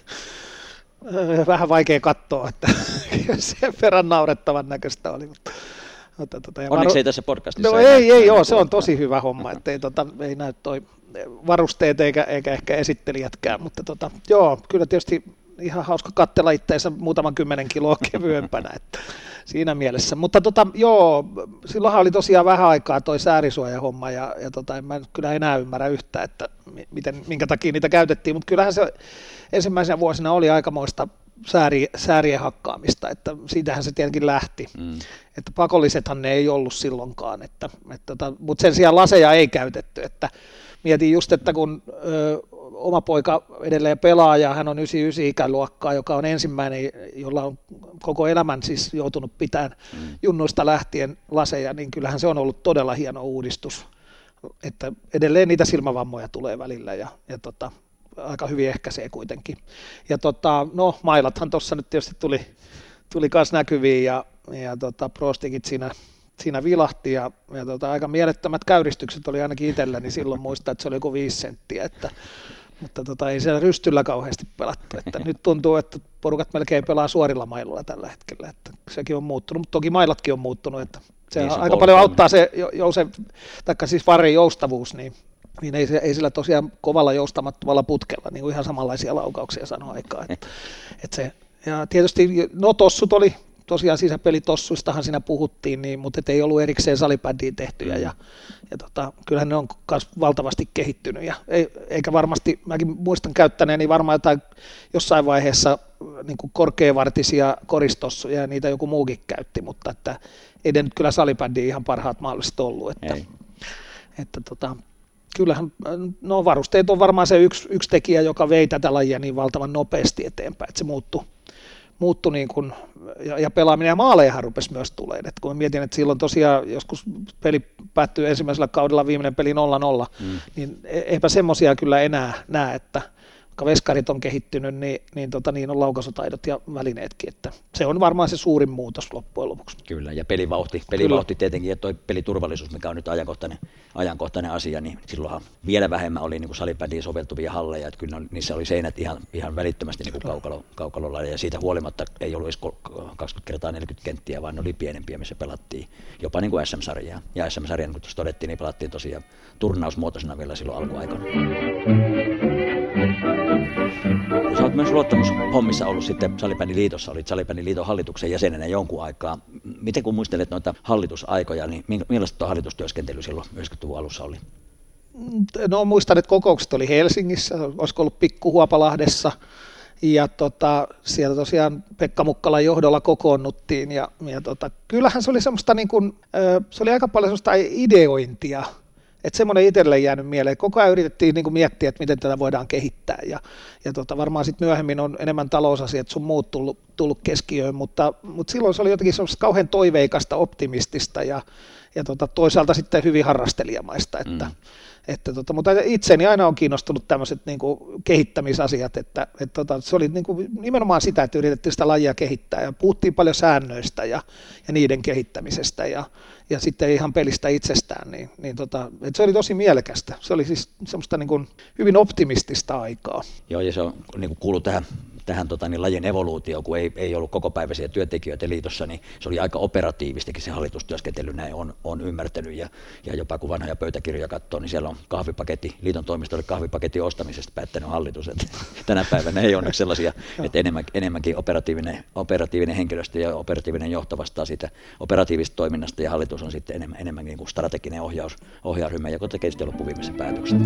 Speaker 3: Vähän vaikea katsoa, että sen verran naurettavan näköistä oli.
Speaker 2: Onneksi ei tässä podcastissa.
Speaker 3: No ei joo, se on tosi hyvä homma, että ei näy toi varusteet eikä ehkä esittelijätkään, mutta joo, kyllä tietysti ihan hauska katsella itseensä muutaman 10 kiloa kevyempänä, että siinä mielessä. Mutta joo, silloinhan oli tosiaan vähän aikaa toi säärisuojahomma ja en mä nyt kyllä enää ymmärrä yhtään, että minkä takia niitä käytettiin, mutta kyllähän se ensimmäisenä vuosina oli aikamoista säärien hakkaamista, että siitähän se tietenkin lähti, että pakollisethan ne ei ollut silloinkaan, mutta sen sijaan laseja ei käytetty, että mietin just, että kun oma poika edelleen pelaa ja hän on 99 ikäluokkaa, joka on ensimmäinen, jolla on koko elämän siis joutunut pitämään junnuista lähtien laseja, niin kyllähän se on ollut todella hieno uudistus, että edelleen niitä silmävammoja tulee välillä ja aika hyvin ehkäisee kuitenkin. Ja no mailathan tuossa nyt tietysti tuli kans näkyviin ja Prostikit siinä vilahti ja aika mielettömät käyristykset oli ainakin itselläni silloin, muistaa, että se oli joku 5 senttiä, mutta ei siellä rystyllä kauheasti pelattu, että nyt tuntuu, että porukat melkein pelaa suorilla mailoilla tällä hetkellä, että sekin on muuttunut, mutta toki mailatkin on muuttunut, että se niin aika paljon auttaa se varren joustavuus, niin ei sillä tosiaan kovalla joustamattomalla putkella niin kuin ihan samanlaisia laukauksia sano aikaa, että se, ja tietysti no tossut oli, tosiaan sisäpelitossuistahan siinä puhuttiin, niin, mutta ei ollut erikseen salibändiin tehtyjä ja kyllähän ne on myös valtavasti kehittynyt ja eikä varmasti, mäkin muistan käyttäneeni varmaan jossain vaiheessa niin kuin korkeavartisia koristossuja ja niitä joku muukin käytti, mutta että ei ne nyt kyllä salibändiin ihan parhaat mahdolliset ollut, että kyllähän no varusteet on varmaan se yksi tekijä, joka vei tätä lajia niin valtavan nopeasti eteenpäin, että se muuttui niin kuin, ja pelaaminen ja maalejahan rupesi myös tulemaan. Et kun mä mietin, että silloin tosiaan joskus peli päättyy ensimmäisellä kaudella viimeinen peli 0-0, niin eipä semmoisia kyllä enää näe, että vaikka veskarit on kehittynyt, niin on laukaisutaidot ja välineetkin, että se on varmaan se suurin muutos loppujen lopuksi.
Speaker 2: Kyllä, ja pelivauhti tietenkin, ja toi peliturvallisuus, mikä on nyt ajankohtainen asia, niin silloinhan vielä vähemmän oli niin kuin salibändiin soveltuvia halleja, että kyllä niissä oli seinät ihan välittömästi niin kuin kaukalolla, ja siitä huolimatta ei ollut edes 20x40 kenttiä, vaan ne oli pienempiä, missä pelattiin jopa niin kuin SM-sarjaa, ja SM-sarjan, kun tuossa todettiin, niin pelattiin tosiaan turnausmuotoisena vielä silloin alkuaikana. Sä olet myös luottamushommissa ollut sitten Salibändiliitossa, olit Salibändiliiton hallituksen jäsenenä jonkun aikaa. Miten kun muistelet noita hallitusaikoja, niin millaista tuo hallitustyöskentely silloin 90-luvun alussa oli?
Speaker 3: No muistan, että kokoukset oli Helsingissä, olisiko ollut Pikkuhuopalahdessa ja siellä tosiaan Pekka Mukkalan johdolla kokoonnuttiin ja kyllähän se oli semmoista niin kuin, se oli aika paljon semmoista ideointia. Että semmoinen itselle jäänyt mieleen. Koko ajan yritettiin niin kuin miettiä, että miten tätä voidaan kehittää. Ja varmaan sitten myöhemmin on enemmän talousasiat sun muut tullut keskiöön, mutta silloin se oli jotenkin semmoista kauhean toiveikasta, optimistista ja toisaalta sitten hyvin harrastelijamaista. Mutta itseni aina on kiinnostunut tämmöiset niin kuin kehittämisasiat, että se oli niin kuin nimenomaan sitä, että yritettiin sitä lajia kehittää ja puhuttiin paljon säännöistä ja niiden kehittämisestä ja sitten ihan pelistä itsestään, että se oli tosi mielekästä. Se oli siis semmoista niin kuin hyvin optimistista aikaa.
Speaker 2: Joo, ja se on niin kuin kuuluu tähän lajin evoluutioon, kun ei ollut kokopäiväisiä työntekijöitä liitossa, niin se oli aika operatiivistakin se hallitustyöskentely, näin on ymmärtänyt, ja jopa kun vanhoja pöytäkirjoja katsoo, niin siellä on liiton toimistolle kahvipaketin ostamisesta päättänyt hallitus, että tänä päivänä ei onneksi sellaisia, että enemmänkin operatiivinen henkilöstö ja operatiivinen johto vastaa siitä operatiivisesta toiminnasta, ja hallitus on sitten enemmän niin kuin strateginen ohjausryhmä, joka tekee sitten loppuviimeisen päätöksen.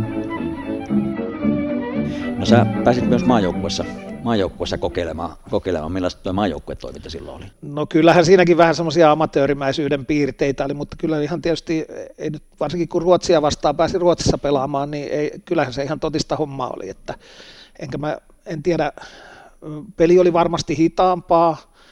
Speaker 2: No sä pääsit myös maajoukkuessa kokeilemaan, millaista tuo maajoukkuetoiminta silloin oli? No
Speaker 3: kyllähän siinäkin vähän semmoisia amatöörimäisyyden piirteitä oli, mutta kyllä ihan tietysti, ei nyt, varsinkin kun Ruotsia vastaan pääsi Ruotsissa pelaamaan, niin kyllähän se ihan totista hommaa oli, että en tiedä, peli oli varmasti hitaampaa,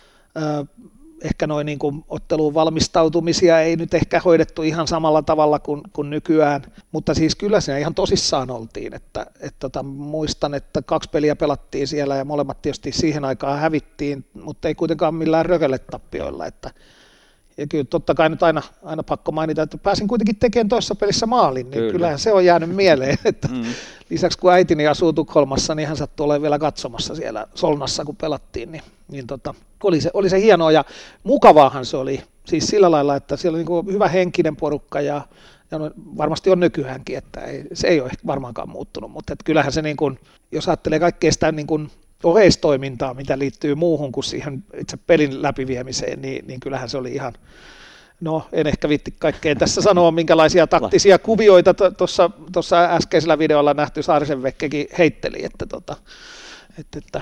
Speaker 3: ehkä noin niin kuin otteluun valmistautumisia ei nyt ehkä hoidettu ihan samalla tavalla kuin nykyään, mutta siis kyllä siinä ihan tosissaan oltiin, että muistan, että 2 peliä pelattiin siellä ja molemmat tietysti siihen aikaan hävittiin, mutta ei kuitenkaan millään rökeletappioilla, ja kyllä totta kai nyt aina pakko mainita, että pääsin kuitenkin tekemään toisessa pelissä maalin, niin kyllähän se on jäänyt mieleen, että lisäksi kun äitini asuu Tukholmassa, niin hän sattui olemaan vielä katsomassa siellä Solnassa, kun pelattiin, niin oli se hienoa ja mukavaahan se oli, siis sillä lailla, että siellä oli niin kuin hyvä henkinen porukka ja varmasti on nykyäänkin, että se ei ole ehkä varmaankaan muuttunut, mutta että kyllähän se, niin kuin, jos ajattelee kaikkea sitä niin kuin oheistoimintaa, mitä liittyy muuhun kuin siihen itse pelin läpiviemiseen, niin kyllähän se oli ihan, no en ehkä viitti kaikkeen tässä sanoa, minkälaisia taktisia kuvioita tuossa äskeisellä videolla nähty Saarisen Vekkekin heitteli, että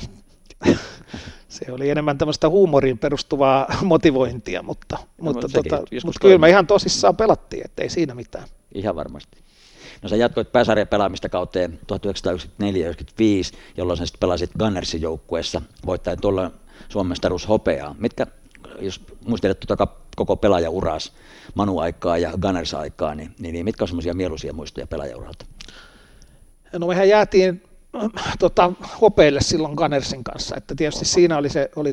Speaker 3: se oli enemmän tämmöistä huumoriin perustuvaa motivointia, mutta kyllä me ihan tosissaan pelattiin, ettei siinä mitään.
Speaker 2: Ihan varmasti. No sä jatkoit pääsarjan pelaamista kauteen 1994-1995, jolloin sä sitten pelasit Gunnersin joukkueessa, voittaen tuolla Suomen mestaruus hopeaa. Mitkä, jos muistelet koko pelaajauraas, Manu-aikaa ja Gunners-aikaa, niin mitkä on semmoisia mieluisia muistoja pelaajauralta?
Speaker 3: No mehän jäätiin hopeille silloin Gunnersin kanssa, että tietysti siinä oli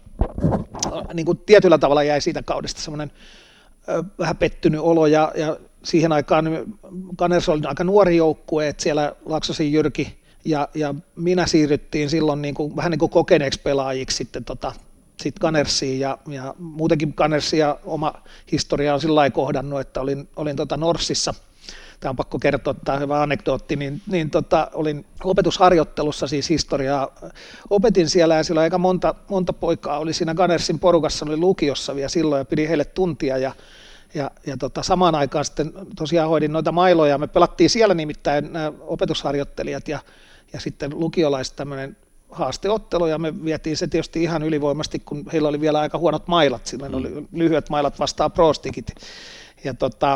Speaker 3: niin kuin tietyllä tavalla jäi siitä kaudesta semmoinen vähän pettynyt olo ja siihen aikaan Gunners oli aika nuori joukkue, että siellä Laksosen Jyrki ja minä siirryttiin silloin vähän niin kuin kokeneeksi pelaajiksi sitten Gunnersiin ja muutenkin Gunnersia oma historia on sillä lailla kohdannut, että olin Norssissa. Tämä on pakko kertoa, tämä on hyvä anekdootti, niin olin opetusharjoittelussa siis historiaa, opetin siellä ja siellä aika monta poikaa oli siinä Gunnersin porukassa, oli lukiossa vielä silloin ja pidin heille tuntia ja samaan aikaan sitten tosiaan hoidin noita mailoja, me pelattiin siellä nimittäin nämä opetusharjoittelijat ja sitten lukiolaiset tämmöinen haasteottelu ja me vietiin se tietysti ihan ylivoimasti, kun heillä oli vielä aika huonot mailat, silloin oli lyhyet mailat vastaan prostikit ja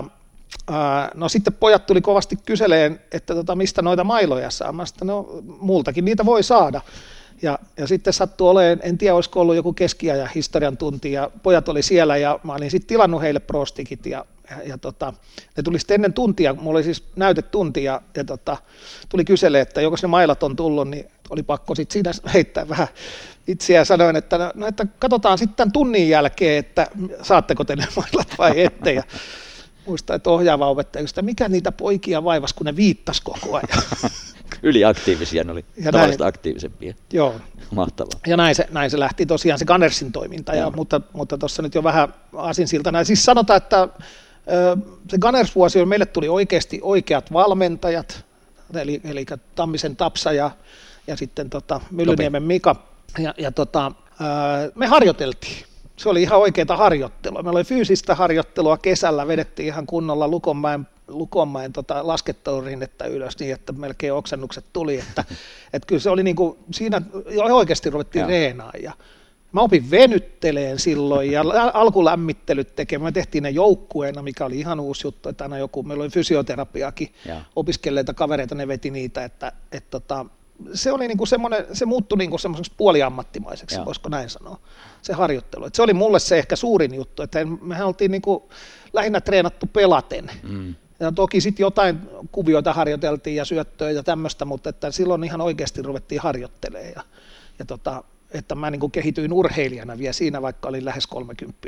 Speaker 3: no sitten pojat tuli kovasti kyseleen, että mistä noita mailoja saa. Mä sanoin, no multakin niitä voi saada. Ja sitten sattui olemaan, en tiedä olisiko ollut joku keskiajan historian tunti ja pojat oli siellä ja mä olin sitten tilannut heille prostikit ja ne tuli sitten ennen tuntia, mulla oli siis näytetunti ja tuli kyselee, että joko ne mailat on tullut, niin oli pakko sitten siinä heittää vähän itseä ja sanoin, että no että katsotaan sitten tämän tunnin jälkeen, että saatteko te ne mailat vai ette. Ja muistan, että ohjaava opettaja, että mikä niitä poikia vaivas, kun ne viittas koko ajan.
Speaker 2: Yliaktiivisia, ne oli tavallista aktiivisempia.
Speaker 3: Joo.
Speaker 2: Mahtavaa.
Speaker 3: Ja näin se lähti tosiaan se Gunnersin toiminta, mutta tuossa nyt jo vähän aasinsiltana. Siis sanotaan, että se Gunners-vuosi meille tuli oikeasti oikeat valmentajat, eli Tammisen Tapsa ja sitten Myllyniemen Mika, ja me harjoiteltiin. Se oli ihan oikeaa harjoittelua. Meillä oli fyysistä harjoittelua kesällä, vedettiin ihan kunnolla Lukonmäen laskettelurinnettä ylös niin, että melkein oksennukset tuli. Että kyllä se oli niin kuin, siinä oikeasti ruvettiin reenaamaan. Ja mä opin venytteleen silloin ja alkulämmittelyt tekemään. Me tehtiin ne joukkueena, mikä oli ihan uusi juttu, että aina meillä oli fysioterapiakin, opiskelleita kavereita, ne veti niitä, että se oli niinku semmoinen, se muuttui niinku semmoiseksi puoliammattimaiseksi, voisiko näin sanoa, se harjoittelu. Et se oli mulle se ehkä suurin juttu, että mehän oltiin niinku lähinnä treenattu pelaten. Ja toki sitten jotain kuvioita harjoiteltiin ja syöttöä ja tämmöistä, mutta että silloin ihan oikeasti ruvettiin harjoittelemaan. Että mä niinku kehityin urheilijana vielä siinä, vaikka olin lähes 30.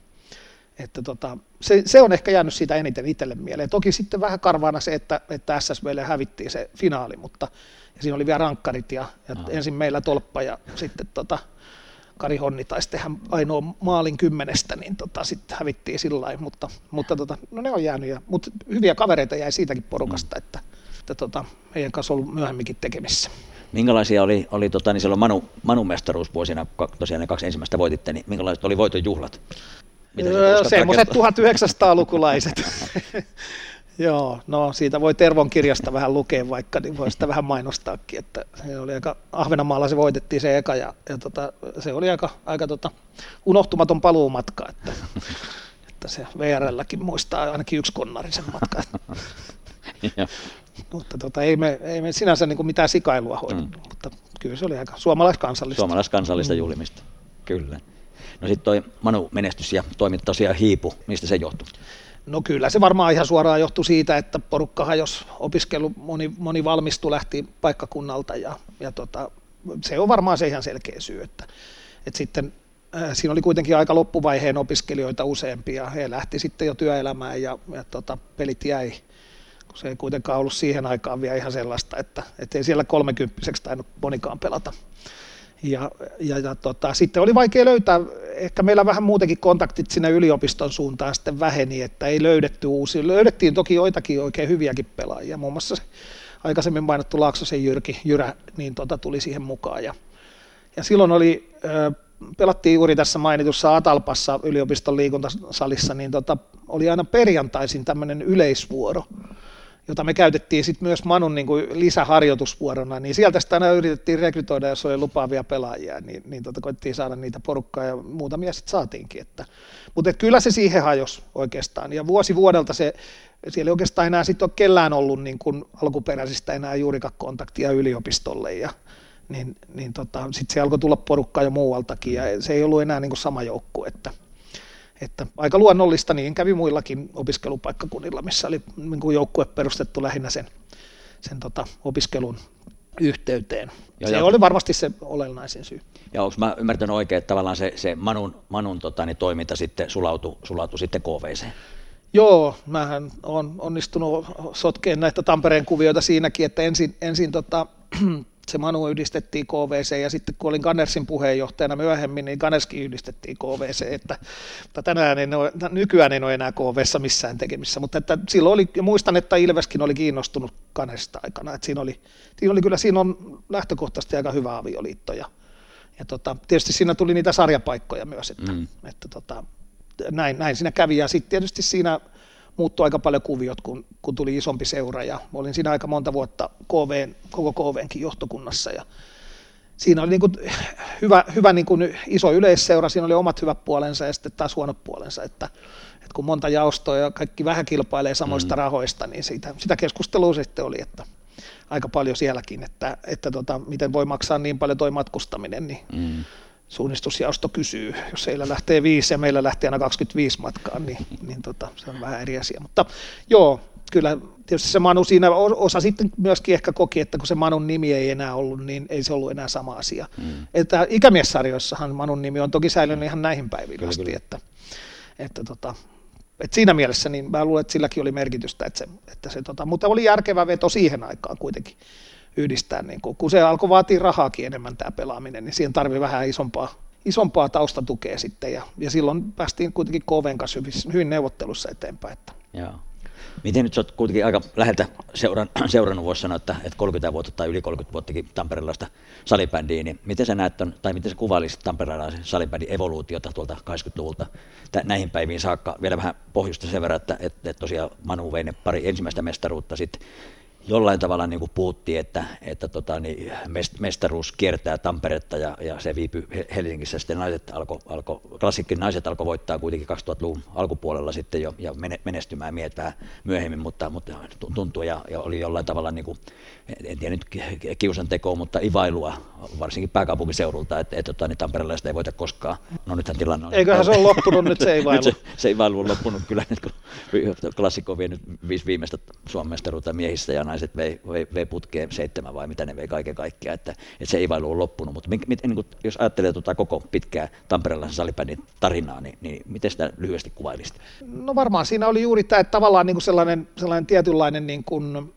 Speaker 3: Se on ehkä jäänyt siitä eniten itselle mieleen. Toki sitten vähän karvaana se, että SSVlle hävittiin se finaali, mutta ja siinä oli vielä rankkarit ja ensin meillä tolppa ja sitten Kari Honni taisi tehdä ainoa maalin 10, niin sitten hävittiin sillä lailla, mutta no ne on jäänyt, mutta hyviä kavereita jäi siitäkin porukasta, että meidän kanssa on ollut myöhemminkin tekemissä.
Speaker 2: Minkälaisia oli niin silloin Manun mestaruusvuosina, tosiaan ne 2 ensimmäistä voititte, niin minkälaiset oli voiton juhlat?
Speaker 3: Semmoiset 1900-lukulaiset. Joo, no siitä voi Tervon kirjasta vähän lukea vaikka, niin voi sitä vähän mainostaakin, että se oli aika, Ahvenanmaalla se voitettiin se eka ja se oli aika unohtumaton paluumatka, että se VRLläkin muistaa ainakin yksi konnarisen matka. Mutta ei me sinänsä niin kuin mitään sikailua hoidettu, mutta kyllä se oli aika suomalaiskansallista.
Speaker 2: Suomalaiskansallista juhlimista, kyllä. No sitten toi Manu-menestys ja toiminta tosiaan hiipu, mistä se johtui?
Speaker 3: No kyllä se varmaan ihan suoraan johtui siitä, että porukka hajosi opiskelu, moni valmistui, lähti paikkakunnalta ja se on varmaan se ihan selkeä syy, että sitten siinä oli kuitenkin aika loppuvaiheen opiskelijoita useampia, he lähti sitten jo työelämään ja pelit jäi, kun se ei kuitenkaan ollut siihen aikaan vielä ihan sellaista, että ei siellä 30-vuotiaaksi tainnut monikaan pelata. Sitten oli vaikea löytää, ehkä meillä vähän muutenkin kontaktit sinne yliopiston suuntaan sitten väheni, että ei löydetty uusia. Löydettiin toki joitakin oikein hyviäkin pelaajia, muun muassa se aikaisemmin mainittu Laaksosen Jyrä niin tuli siihen mukaan. Ja silloin pelattiin juuri tässä mainitussa Atalpassa yliopiston liikuntasalissa, niin oli aina perjantaisin tämmöinen yleisvuoro, jota me käytettiin sitten myös Manun niin kuin lisäharjoitusvuorona, niin sieltä sitä aina yritettiin rekrytoida, jos oli lupaavia pelaajia, niin koettiin saada niitä porukkaa ja muutamia sitten saatiinkin. Mutta kyllä se siihen hajosi oikeastaan, ja vuosi vuodelta siellä ei oikeastaan enää sitten ole kellään ollut niin kuin alkuperäisistä enää juurikaan kontaktia yliopistolle, sitten se alkoi tulla porukkaa jo muualtakin, ja se ei ollut enää niin kuin sama joukkue, että aika luonnollista, niin kävi muillakin opiskelupaikkakunnilla, missä oli niin kuin joukkue perustettu lähinnä sen opiskelun yhteyteen. Se oli varmasti se olennaisin syy.
Speaker 2: Ja onko mä ymmärtänyt oikein, että tavallaan se Manun toiminta sitten sulautui sitten KVC:hen?
Speaker 3: Joo, mähän olen onnistunut sotkemaan näitä Tampereen kuvioita siinäkin, että ensin se Manu yhdistettiin KVC ja sitten kun olin Gunnersin puheenjohtajana myöhemmin, niin Gunnerskin yhdistettiin KVC, mutta nykyään en ole enää KV:ssa missään tekemissä, mutta että silloin oli, ja muistan, että Ilveskin oli kiinnostunut Gunnersista aikana, että siinä on lähtökohtaisesti aika hyvä avioliitto ja tietysti siinä tuli niitä sarjapaikkoja myös, että näin siinä kävi ja sitten tietysti siinä muuttui aika paljon kuviot, kun tuli isompi seura ja olin siinä aika monta vuotta koko KV:nkin johtokunnassa ja siinä oli niin kuin hyvä niin kuin iso yleisseura, siinä oli omat hyvät puolensa ja sitten taas huonot puolensa, että kun monta jaostoa ja kaikki vähän kilpailee samoista rahoista, niin sitä keskustelua sitten oli, että aika paljon sielläkin, että miten voi maksaa niin paljon toi matkustaminen, niin suunnistusjaosto kysyy, jos heillä lähtee 5 ja meillä lähtee aina 25 matkaan, niin se on vähän eri asia. Mutta joo, kyllä tietysti se Manu siinä osa sitten myöskin ehkä koki, että kun se Manun nimi ei enää ollut, niin ei se ollut enää sama asia. Että ikämiessarjoissahan Manun nimi on toki säilynyt ihan näihin päiviin asti, että siinä mielessä niin mä luulen, että silläkin oli merkitystä, mutta oli järkevä veto siihen aikaan kuitenkin yhdistää, niin kun se alkoi vaatia rahaakin enemmän tämä pelaaminen, niin siihen tarvii vähän isompaa taustatukea sitten, ja silloin päästiin kuitenkin KV:n kanssa hyvin neuvottelussa eteenpäin.
Speaker 2: Joo. Miten nyt sä oot kuitenkin aika läheltä seurannut, voisi sanoa, että 30 vuotta tai yli 30 vuottakin tamperelaista salibändiä, niin miten sä näet tai miten sä kuvailisit tamperelaisen salibändin evoluutiota tuolta 80-luvulta näihin päiviin saakka, vielä vähän pohjusta sen verran, että tosiaan Manu vei ne pari ensimmäistä mestaruutta sitten, jollain tavalla niin kuin puhuttiin, että mestaruus kiertää Tamperetta ja se viipyi Helsingissä. Sitten klassikkin naiset alkoi voittaa kuitenkin 2000-luvun alkupuolella sitten jo ja menestymään miehet myöhemmin, mutta tuntui ja oli jollain tavalla, niin kuin, en tiedä nyt kiusantekoa, mutta ivailua varsinkin pääkaupunkiseudulta, että tamperelaiset ei voita koskaan. No nythän tilanne on.
Speaker 3: Eiköhän se ole loppunut nyt se ivailu.
Speaker 2: Se ivailu on loppunut kyllä, kun klassikko on vienyt 5 viimeistä Suomen mestaruutta miehissä ja naiset vei putkeen 7 vai mitä ne vei kaiken kaikkiaan, että se ivailu on loppunut, mutta niin jos ajattelee koko pitkää tamperelaisen salibändin tarinaa, niin miten sitä lyhyesti kuvailisit?
Speaker 3: No varmaan siinä oli juuri tämä tavallaan niin kuin sellainen tietynlainen niin kuin,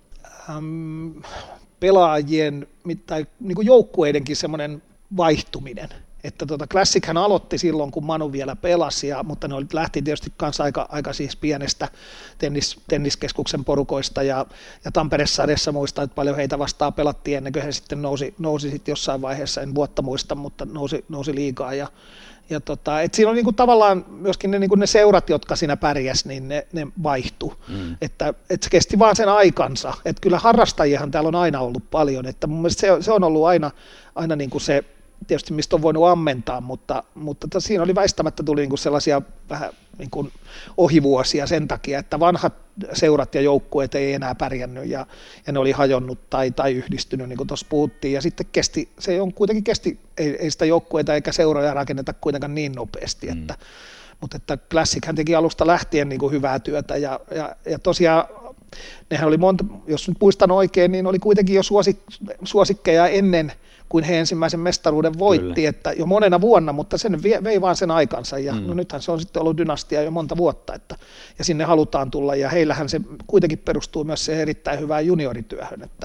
Speaker 3: pelaajien tai niin kuin joukkueidenkin semmoinen vaihtuminen. Että Classichän aloitti silloin, kun Manu vielä pelasi, mutta ne lähti tietysti kanssa aika siis pienestä tenniskeskuksen porukoista ja Tampere-sarjassa muistan, että paljon heitä vastaan pelattiin ennen kuin he sitten nousi sitten jossain vaiheessa, en vuotta muista, mutta nousi liigaa et siinä on niinku tavallaan myöskin ne seurat, jotka siinä pärjäs, niin ne vaihtui. Että se kesti vaan sen aikansa. Että kyllä harrastajiahan täällä on aina ollut paljon, että mun mielestä se on ollut aina niinku se tietysti mistä on voinut ammentaa, mutta siinä oli väistämättä tuli niin kuin sellaisia vähän niin kuin ohivuosia sen takia, että vanhat seurat ja joukkueet ei enää pärjännyt ja ne oli hajonnut tai yhdistynyt, niin kuin tuossa puhuttiin, ja sitten kuitenkin kesti, ei sitä joukkueita eikä seuroja rakenneta kuitenkaan niin nopeasti, mutta että Classichän teki alusta lähtien niin kuin hyvää työtä ja tosiaan nehän oli monta, jos nyt muistan oikein, niin oli kuitenkin jo suosikkeja ennen kuin he ensimmäisen mestaruuden voitti, kyllä, että jo monena vuonna, mutta sen vei vaan sen aikansa, ja no nythän se on sitten ollut dynastia jo monta vuotta, ja sinne halutaan tulla, ja heillähän se kuitenkin perustuu myös se erittäin hyvään juniorityöhön, että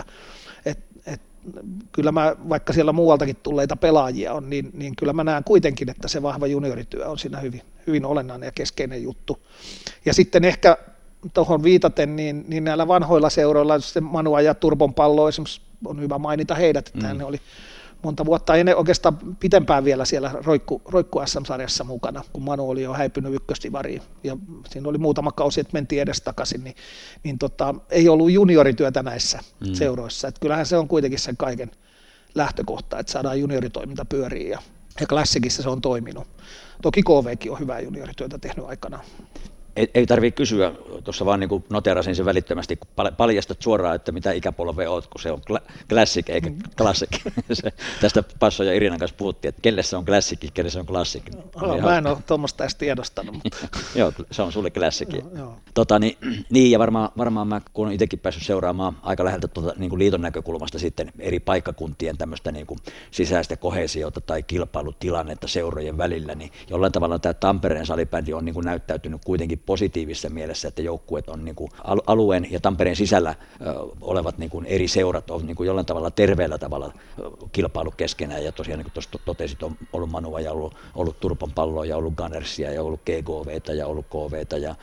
Speaker 3: kyllä mä, vaikka siellä muualtakin tulleita pelaajia on, niin kyllä mä näen kuitenkin, että se vahva juniorityö on siinä hyvin, hyvin olennainen ja keskeinen juttu. Ja sitten ehkä tuohon viitaten, niin näillä vanhoilla seuroilla, se Manua ja Turbon Pallo esimerkiksi on hyvä mainita heidät, että ne oli monta vuotta ennen oikeastaan pitempään vielä siellä roikku SM-sarjassa mukana, kun Manu oli jo häipynyt ykkösdivariin, ja siinä oli muutama kausi, että mentiin edestakaisin, niin ei ollut juniorityötä näissä seuroissa, että kyllähän se on kuitenkin sen kaiken lähtökohta, että saadaan junioritoiminta pyöriin, ja Classicissa se on toiminut. Toki KVkin on hyvää juniorityötä tehnyt aikanaan.
Speaker 2: Ei tarvitse kysyä, tuossa vaan niin noteerasin sen välittömästi, kun paljastat suoraan, että mitä ikäpolvea olet, kun se on Classic eikä Classic. Tästä Passo ja Irinan kanssa puhuttiin, että kelle se on Classic, kelle se on Classic.
Speaker 3: Mä en ole tuommoista edes tiedostanut. Mutta.
Speaker 2: Joo, se on sulle Classic. Niin, ja varmaan mä, kun olen itsekin päässyt seuraamaan aika läheltä niin kuin liiton näkökulmasta sitten eri paikkakuntien tämmöistä niin kuin sisäistä koheesiota tai kilpailutilannetta seurojen välillä, niin jollain tavalla tämä Tampereen salibändi on niin kuin näyttäytynyt kuitenkin positiivisessa mielessä, että joukkueet on niin kuin alueen ja Tampereen sisällä olevat niin kuin eri seurat on niin kuin jollain tavalla terveellä tavalla kilpailu keskenään, ja tosiaan niin kuin tuossa totesit, on ollut Manua ja ollut Turpon Palloa ja ollut Gunnersia ja ollut GKVtä ja ollut KVtä ja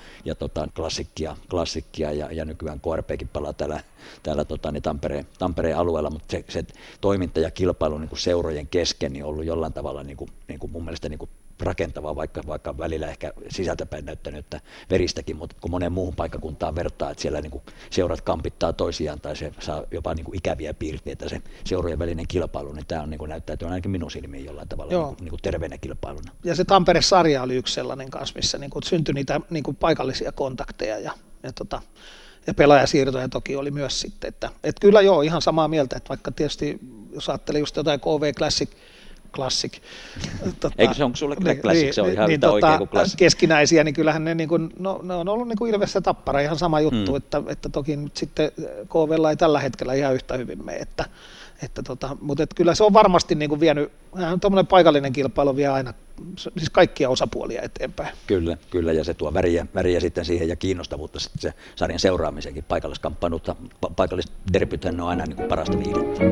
Speaker 2: Klassikkia ja nykyään KRPkin palaa täällä Tampereen alueella, mutta se toiminta ja kilpailu niin kuin seurojen kesken niin on ollut jollain tavalla niin kuin mun mielestä niin kuin rakentavaa, vaikka välillä ehkä sisältäpäin näyttänyt, että veristäkin, mutta kun moneen muuhun paikkakuntaan vertaa, että siellä niin kuin seurat kampittaa toisiaan tai se saa jopa niin kuin ikäviä piirteitä se seurojen välinen kilpailu, niin tämä on niin kuin näyttäytyy ainakin minun silmiin jollain tavalla niin kuin terveenä kilpailuna.
Speaker 3: Ja se Tampere-sarja oli yksi sellainen kanssa, missä niin kuin syntyi niitä niin kuin paikallisia kontakteja ja pelaajasiirtoja toki oli myös sitten, että kyllä joo, ihan samaa mieltä, että vaikka tietysti jos ajattelee just jotain KV Classic.
Speaker 2: Eikö se, onko sulle Classic, se on ihan yhtä oikein kuin Classic.
Speaker 3: Keskinäisiä, niin kyllähän ne, ne on ollut niin kuin Ilves ja Tappara ihan sama juttu, että toki nyt sitten KV:lla ei tällä hetkellä ihan yhtä hyvin mene, mutta kyllä se on varmasti niin kuin vienyt, tuommoinen paikallinen kilpailu vie aina siis kaikkia osapuolia eteenpäin.
Speaker 2: Kyllä, ja se tuo väriä sitten siihen ja kiinnostavuutta sitten se sarjan seuraamisenkin. Paikallisderbythän on aina niin kuin parasta viihdettä.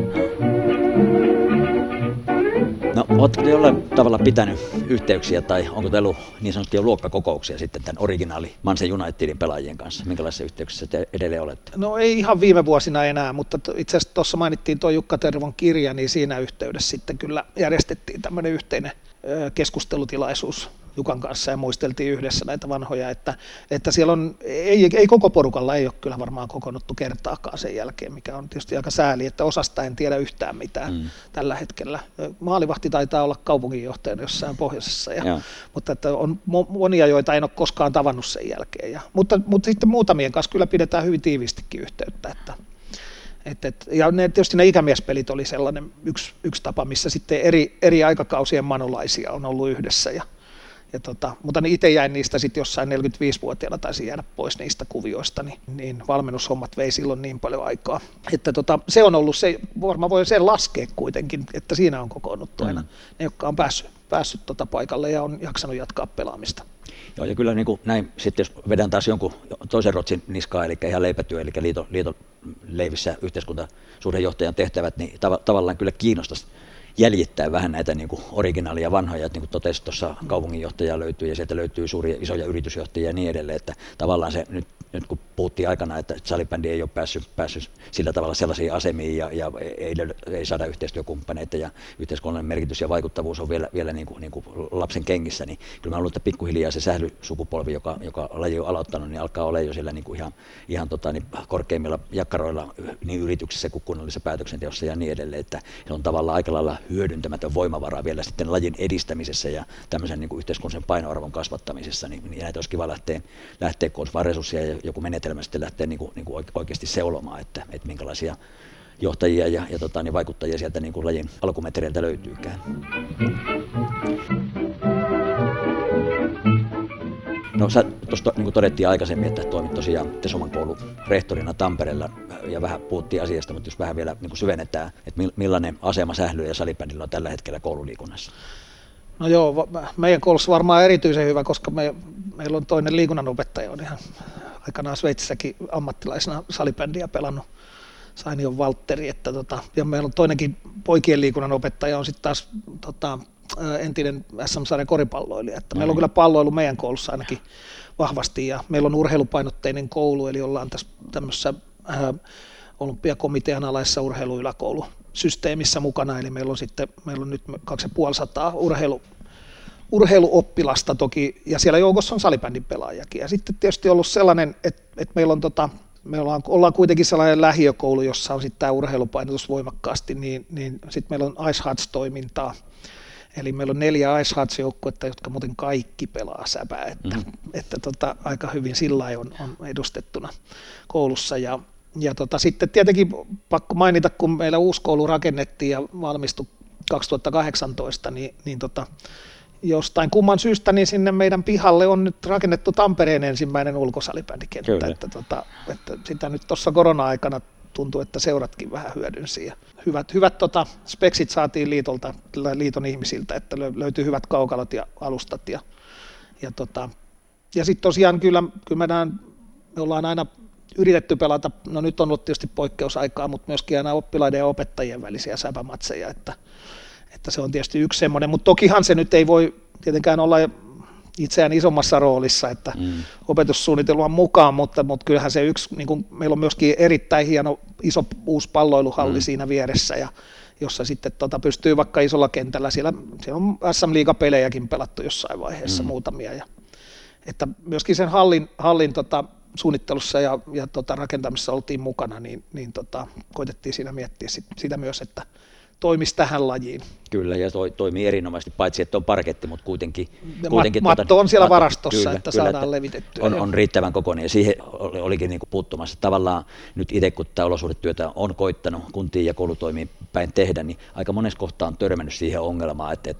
Speaker 2: No, oletko te jollain tavalla pitänyt yhteyksiä tai onko teillä ollut niin sanottuja luokkakokouksia sitten tämän originaali Manchester Unitedin pelaajien kanssa? Minkälaisissa yhteyksissä te edelleen olette?
Speaker 3: No ei ihan viime vuosina enää, mutta itse asiassa tuossa mainittiin tuo Jukka Tervon kirja, niin siinä yhteydessä sitten kyllä järjestettiin tämmöinen yhteinen keskustelutilaisuus Jukan kanssa ja muisteltiin yhdessä näitä vanhoja, että siellä on, ei koko porukalla ei ole kyllä varmaan kokoonnuttu kertaakaan sen jälkeen, mikä on tietysti aika sääli, että osasta en tiedä yhtään mitään tällä hetkellä. Maalivahti taitaa olla kaupunginjohtajana jossain pohjoisessa, mutta että on monia, joita en ole koskaan tavannut sen jälkeen. Mutta sitten muutamien kanssa kyllä pidetään hyvin tiivistikin yhteyttä, ja tietysti ne ikämiespelit oli sellainen yksi tapa, missä sitten eri aikakausien manulaisia on ollut yhdessä. Mutta itse jäin niistä sitten jossain 45-vuotiaana, taisin jäädä pois niistä kuvioista, niin valmennushommat vei silloin niin paljon aikaa. Että se on ollut se, varmaan voi sen laskea kuitenkin, että siinä on kokoonnuttu aina ne, jotka on päässyt paikalle ja on jaksanut jatkaa pelaamista.
Speaker 2: Joo, ja kyllä niin kuin näin, sitten jos vedän taas jonkun toisen rotsin niskaa, eli ihan leipätyö, eli liiton leivissä yhteiskuntasuhdejohtajan tehtävät, niin tavallaan kyllä kiinnostaisi jäljittää vähän näitä niin kuin originaalia vanhoja, että niin kuin totesit tuossa kaupunginjohtaja löytyy ja sieltä löytyy suuria isoja yritysjohtajia ja niin edelleen, että tavallaan se nyt nyt kun puhuttiin aikana, että salibändi ei ole päässyt sillä tavalla sellaisiin asemiin ja ei saada yhteistyökumppaneita ja yhteiskunnallinen merkitys ja vaikuttavuus on vielä niin kuin lapsen kengissä, niin kyllä mä luulen, että pikkuhiljaa se sählysukupolvi, joka laji on aloittanut, niin alkaa olla jo siellä niin kuin ihan niin korkeimmilla jakkaroilla niin yrityksissä kuin kunnallisessa päätöksenteossa ja niin edelleen, että se on tavallaan aika lailla hyödyntämätön voimavara vielä sitten lajin edistämisessä ja tämmöisen niin kuin yhteiskunnallisen painoarvon kasvattamisessa, niin näitä olisi kiva lähteä kun olisi vaan resursseja ja joku menetelmä sitten lähteä niin kuin oikeasti seulomaan, että minkälaisia johtajia ja vaikuttajia sieltä niin kuin lajin alkumetreiltä löytyykään. No sä tuosta niin kuin todettiin aikaisemmin, että toimit tosiaan Tesoman koulun rehtorina Tampereella ja vähän puhuttiin asiasta, mutta jos vähän vielä niin kuin syvennetään, että millainen asema sählyllä ja salibändillä on tällä hetkellä koululiikunnassa?
Speaker 3: No joo, meidän koulussa varmaan erityisen hyvä, koska meillä on toinen liikunnanopettaja, on ihan aikanaan Sveitsissäkin ammattilaisena salibändiä pelannut, Sainion Valtteri, ja meillä on toinenkin poikien liikunnanopettaja, on sitten taas entinen SM-sarjan koripalloilija, että meillä on kyllä palloilu meidän koulussa ainakin vahvasti, ja meillä on urheilupainotteinen koulu, eli ollaan tässä tämmöisessä olympiakomitean alaisessa urheiluyläkoulusysteemissä mukana, eli meillä on nyt 250 urheiluoppilasta toki, ja siellä joukossa on salibändin pelaajakin. Ja sitten tietysti ollut sellainen, että ollaan kuitenkin sellainen lähiökoulu, jossa on sitten tämä urheilupainotus voimakkaasti, niin sitten meillä on Ice Hats-toimintaa. Eli meillä on 4 Ice Hats-joukkuetta, jotka muuten kaikki pelaa säpää, että aika hyvin sillä on edustettuna koulussa. Ja sitten tietenkin pakko mainita, kun meillä uusi koulu rakennettiin ja valmistui 2018, niin jostain kumman syystä niin sinne meidän pihalle on nyt rakennettu Tampereen ensimmäinen ulkosalibändikenttä, että sitä nyt tuossa korona-aikana tuntuu, että seuratkin vähän hyödynsi. Ja hyvät speksit saatiin liiton ihmisiltä, että löytyy hyvät kaukalot ja alustat. Ja sitten tosiaan kyllä me ollaan aina yritetty pelata, no nyt on ollut tietysti poikkeusaikaa, mutta myöskin aina oppilaiden ja opettajien välisiä säpämatseja, että se on tietysti yksi semmoinen, mutta tokihan se nyt ei voi tietenkään olla itseään isommassa roolissa, että opetussuunnitelman mukaan, mutta kyllähän se yksi, niin kuin meillä on myöskin erittäin hieno iso uusi palloiluhalli siinä vieressä, ja jossa sitten pystyy vaikka isolla kentällä, siellä on SM-liigapelejäkin pelattu jossain vaiheessa muutamia, ja että myöskin sen hallin suunnittelussa ja rakentamisessa oltiin mukana, niin koitettiin siinä miettiä sitä myös, että toimisi tähän lajiin.
Speaker 2: Kyllä, ja toimii erinomaisesti, paitsi että on parketti, mutta kuitenkin
Speaker 3: matto on siellä varastossa, että saadaan levitettyä.
Speaker 2: On riittävän kokoinen, ja siihen olikin niin kuin puuttumassa. Tavallaan nyt itse, kun tämä olosuhdetyötä on koittanut kuntiin ja koulutoimiin päin tehdä, niin aika monessa kohtaa on törmännyt siihen ongelmaan, että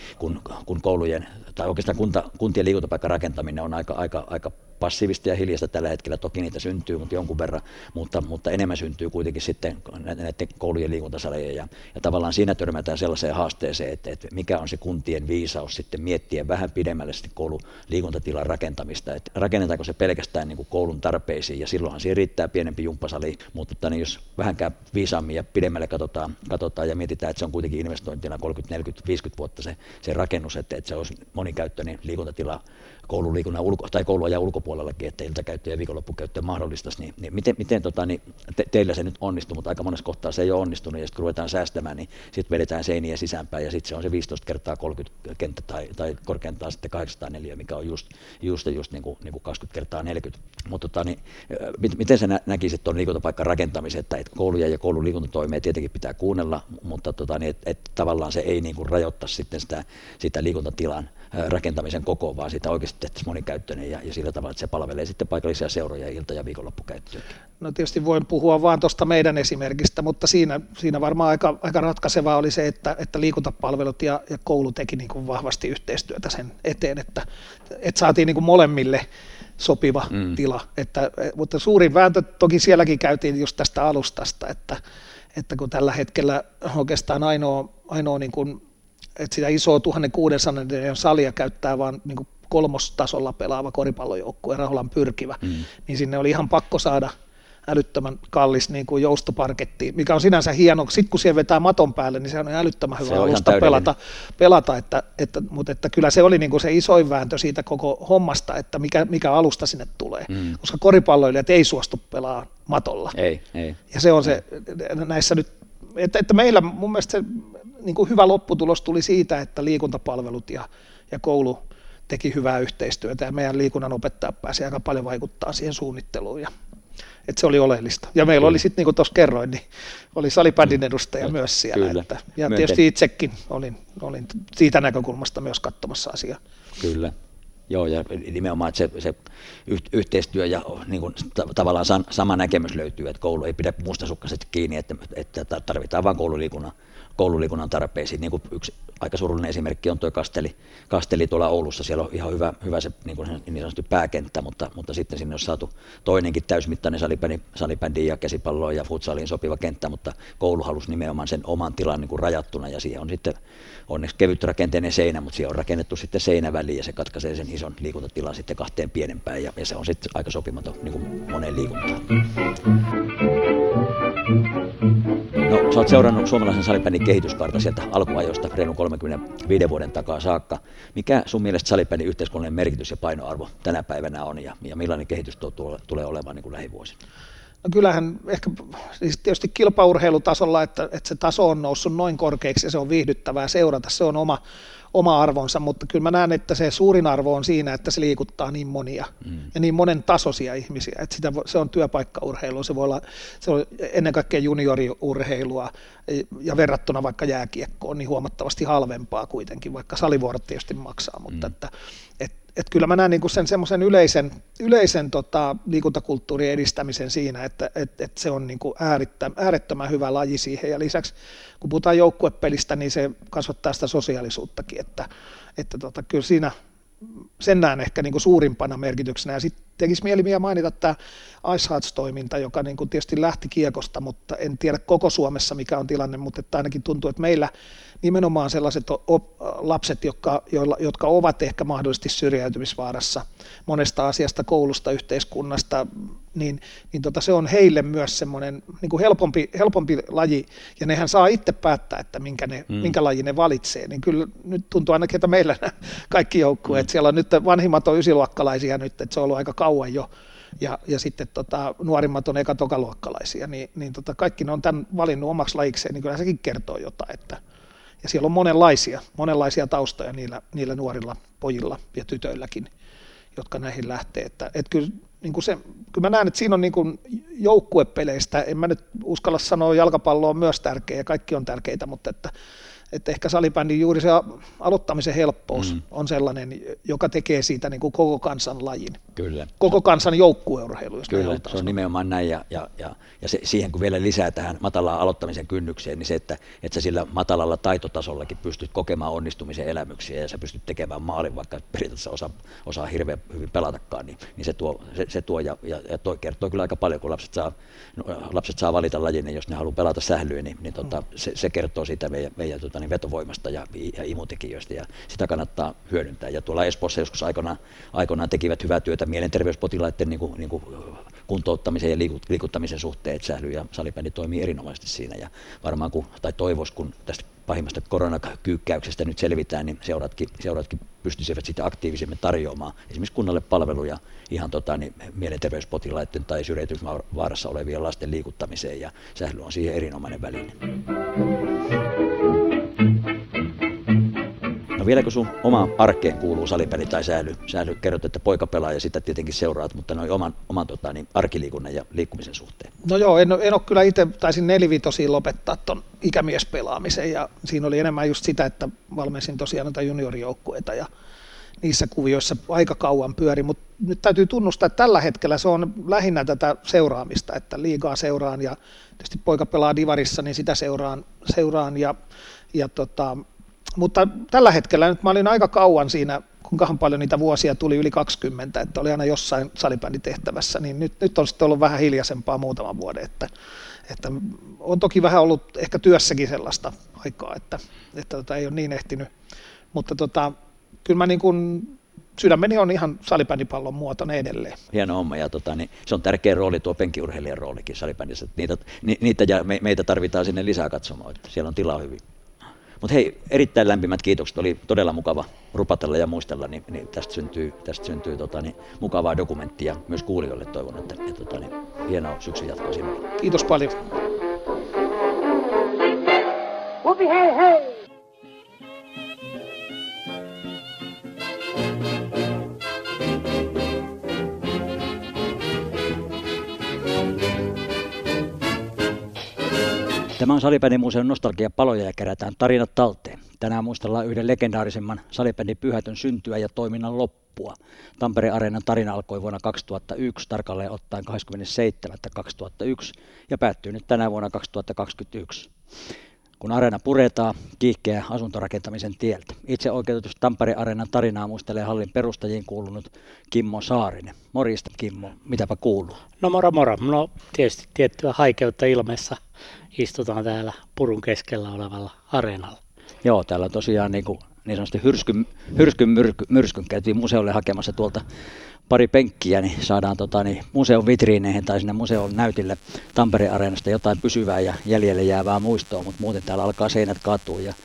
Speaker 2: kun koulujen, tai oikeastaan kuntien liikuntapaikan rakentaminen on aika passiivista ja hiljaista tällä hetkellä, toki niitä syntyy, mutta jonkun verran, mutta enemmän syntyy kuitenkin sitten näiden koulujen liikuntasaleja, ja tavallaan siinä törmätään sellaiseen haasteeseen, että mikä on se kuntien viisaus sitten miettiä vähän pidemmälle sitten koulun liikuntatilan rakentamista, että rakennetaanko se pelkästään niin kuin koulun tarpeisiin, ja silloinhan siihen riittää pienempi jumppasali, mutta jos vähänkään viisaammin ja pidemmälle katsotaan ja mietitään, että se on kuitenkin investointina 30, 40, 50 vuotta se rakennus, että se olisi monikäyttöinen liikuntatila kouluajan ulkopuolellakin, että iltakäyttö ja viikonloppukäyttö mahdollistaisi, niin miten teillä se nyt onnistui, mutta aika monessa kohtaa se ei ole onnistunut, ja sitten kun ruvetaan säästämään, niin sitten vedetään seiniä sisäänpäin, ja sitten se on se 15x30 kenttä tai korkeintaan sitten 804, mikä on just niin kuin 20x40. Mutta miten sä näkisit tuon liikuntapaikkan rakentamisen, että kouluja ja koulun liikuntatoimia tietenkin pitää kuunnella, mutta että tavallaan se ei niin kuin rajoittaa sitten sitä liikuntatilan rakentamisen kokoa, vaan sitä oikeasti tehtäisiin monikäyttöinen ja sillä tavalla, että se palvelee sitten paikallisia seuroja ja ilta- ja viikonloppukäyttöä.
Speaker 3: No tietysti voin puhua vaan tuosta meidän esimerkistä, mutta siinä varmaan aika ratkaisevaa oli se, että liikuntapalvelut ja koulu teki niin kuin vahvasti yhteistyötä sen eteen, että saatiin niin kuin molemmille sopiva tila. Mutta suurin vääntö toki sielläkin käytiin just tästä alustasta, että kun tällä hetkellä oikeastaan ainoa niin kuin, että sitä isoa 1600 salia käyttää vaan niin kuin kolmostasolla pelaava koripallojoukkue, Raholan Pyrkivä, niin sinne oli ihan pakko saada älyttömän kallis niin kuin joustoparketti, mikä on sinänsä hieno. Sitten kun siihen vetää maton päälle, niin se on älyttömän hyvä alusta pelata mutta että kyllä se oli niin kuin se isoin vääntö siitä koko hommasta, että mikä alusta sinne tulee, koska koripalloilijat ei suostu pelaa matolla.
Speaker 2: Ei.
Speaker 3: Ja se on se näissä nyt, että meillä mun mielestä se niin kuin hyvä lopputulos tuli siitä, että liikuntapalvelut ja koulu teki hyvää yhteistyötä ja meidän liikunnan opettaja pääsi aika paljon vaikuttaa siihen suunnitteluun. Että se oli oleellista. Ja meillä oli sitten, niin kuin tuossa kerroin, niin oli salibändin edustaja myös siellä. Ja tietysti itsekin olin siitä näkökulmasta myös katsomassa asiaa.
Speaker 2: Kyllä. Joo, ja nimenomaan, että se yhteistyö ja niin kuin, tavallaan sama näkemys löytyy, että koulu ei pidä mustasukkaisesti kiinni, että tarvitaan vain koululiikunnan tarpeisiin. Niin kuin yksi aika surullinen esimerkki on tuo Kasteli tuolla Oulussa. Siellä on ihan hyvä se niin sanottu pääkenttä, mutta sitten sinne on saatu toinenkin täysmittainen salibändiin ja käsipalloon ja futsaliin sopiva kenttä, mutta koulu halusi nimenomaan sen oman tilan niin kuin rajattuna ja siihen on sitten onneksi kevytrakenteinen seinä, mutta siihen on rakennettu sitten seinäväliin ja se katkaisee sen ison liikuntatilan sitten kahteen pienempään ja se on sitten aika sopimaton niin kuin moneen liikuntaan. No, sä oot seurannut suomalaisen salibändin kehityskaarta sieltä alkuajoista reilun 35 vuoden takaa saakka. Mikä sun mielestä salibändin yhteiskunnallinen merkitys ja painoarvo tänä päivänä on ja millainen kehitys tulee olemaan niin kuin lähivuosina?
Speaker 3: No kyllähän ehkä siis tietysti kilpaurheilutasolla, että se taso on noussut noin korkeaksi ja se on viihdyttävää seurata, se on oma arvonsa, mutta kyllä mä näen, että se suurin arvo on siinä, että se liikuttaa niin monia ja niin monen tasoisia ihmisiä, että se on työpaikkaurheilua, se on ennen kaikkea junioriurheilua ja verrattuna vaikka jääkiekkoon niin huomattavasti halvempaa kuitenkin, vaikka salivuorot tietysti maksaa, mutta että kyllä mä näen niin kuin sen semmoisen yleisen liikuntakulttuurin edistämisen siinä, että se on niin kuin äärettömän hyvä laji siihen ja lisäksi kun puhutaan joukkuepelistä, niin se kasvattaa sitä sosiaalisuuttakin, että kyllä siinä sen näen ehkä niin kuin suurimpana merkityksenä ja sitten tekisi mieli vielä mainita tämä Ice Hearts-toiminta, joka niin kuin tietysti lähti kiekosta, mutta en tiedä koko Suomessa mikä on tilanne, mutta että ainakin tuntuu, että meillä nimenomaan sellaiset lapset, jotka ovat ehkä mahdollisesti syrjäytymisvaarassa monesta asiasta, koulusta, yhteiskunnasta, niin se on heille myös semmoinen niin kuin helpompi laji, ja nehän saa itse päättää, että minkä lajin ne valitsee, niin kyllä nyt tuntuu ainakin, että meillä kaikki joukkueet, siellä on nyt vanhimmat on ysiluokkalaisia nyt, että se on ollut aika kauan jo, ja sitten nuorimmat on tokaluokkalaisia, niin kaikki ne on tämän valinnut omaksi lajikseen, niin kyllä sekin kertoo jotain, ja siellä on monenlaisia taustoja niillä nuorilla pojilla ja tytöilläkin, jotka näihin lähtee. Että kyllä, niin kuin kyllä mä näen, että siinä on niin kuin joukkuepeleistä, en mä nyt uskalla sanoa, jalkapallo on myös tärkeä ja kaikki on tärkeitä, mutta että ehkä salibändin juuri se aloittamisen helppous on sellainen, joka tekee siitä niin kuin koko kansan lajin.
Speaker 2: Kyllä.
Speaker 3: Koko kansan joukkueurheilu.
Speaker 2: Kyllä, se on nimenomaan näin ja siihen kun vielä lisää tähän matalaan aloittamisen kynnykseen, niin se, että sä sillä matalalla taitotasollakin pystyt kokemaan onnistumisen elämyksiä ja sä pystyt tekemään maalin, vaikka periaatteessa osaa hirveän hyvin pelatakaan, niin se tuo ja toi kertoo kyllä aika paljon, kun lapset saa valita lajin, jos ne haluaa pelata sählyä, niin se kertoo siitä meidän vetovoimasta ja imutekijöistä ja sitä kannattaa hyödyntää. Ja tuolla Espoossa joskus aikoinaan tekivät hyvää työtä mielenterveyspotilaiden niin kuin kuntouttamisen ja liikuttamisen suhteen, että sähly ja salibändi toimii erinomaisesti siinä ja varmaan toivoisi, kun tästä pahimmasta koronakyykkäyksestä nyt selvitään, niin seuratkin pystyisivät sitten aktiivisemmin tarjoamaan esimerkiksi kunnalle palveluja ihan mielenterveyspotilaiden tai syrjäytymisvaarassa olevien lasten liikuttamiseen ja sähly on siihen erinomainen väline. No vieläkö sun oma arkeen kuuluu salibändi tai sähly? Kerrot, että poika pelaa ja sitä tietenkin seuraat, mutta noin oman arkiliikunnan ja liikkumisen suhteen.
Speaker 3: No joo, en ole kyllä itse, taisin 4-5 lopettaa ton ikämiespelaamisen ja siinä oli enemmän just sitä, että valmensin tosiaan noita juniorijoukkueita ja niissä kuvioissa aika kauan pyöri, mutta nyt täytyy tunnustaa, että tällä hetkellä se on lähinnä tätä seuraamista, että liigaa seuraan ja tietysti poika pelaa divarissa, niin sitä seuraan mutta tällä hetkellä nyt mä olin aika kauan siinä, kuinkahan paljon niitä vuosia tuli yli 20, että oli aina jossain salibänditehtävässä, niin nyt on sitten ollut vähän hiljaisempaa muutaman vuoden, että on toki vähän ollut ehkä työssäkin sellaista aikaa, että ei ole niin ehtinyt, mutta kyllä mä niin kuin sydämeni on ihan salibändipallon muotoinen edelleen.
Speaker 2: Hieno homma, ja se on tärkeä rooli tuo penkiurheilijan roolikin salibändissä, että niitä ja meitä tarvitaan sinne lisää katsomaan, että siellä on tilaa hyvin. Mutta hei, erittäin lämpimät kiitokset, oli todella mukava rupatella ja muistella, niin tästä syntyy mukavaa dokumenttia myös kuulijoille, toivon, että hienoa syksyn jatkoa sinulle.
Speaker 3: Kiitos paljon.
Speaker 8: Whoopie, hei, hei!
Speaker 2: Tämä on Salibändimuseon nostalgiapaloja ja kerätään tarinat talteen. Tänään muistellaan yhden legendaarisemman salibändin pyhätön syntyä ja toiminnan loppua. Tampereen Areenan tarina alkoi vuonna 2001, tarkalleen ottaen 27.2001 ja päättyy nyt tänä vuonna 2021. Kun areena puretaan, kiihkeä asuntorakentamisen tieltä. Itse oikeutetusti Tampereen Areenan tarinaa muistelee hallin perustajiin kuulunut Kimmo Saarinen. Morjesta Kimmo, mitäpä kuuluu?
Speaker 9: No moro. No tietysti tiettyä haikeutta ilmeessä istutaan täällä purun keskellä olevalla areenalla.
Speaker 2: Joo, täällä tosiaan niin sanotusti myrskyn käytiin museolle hakemassa tuolta pari penkkiä, niin saadaan museon vitriineihin tai sinne museon näytille Tampereen Areenasta jotain pysyvää ja jäljelle jäävää muistoa, mutta muuten täällä alkaa seinät kaatua ja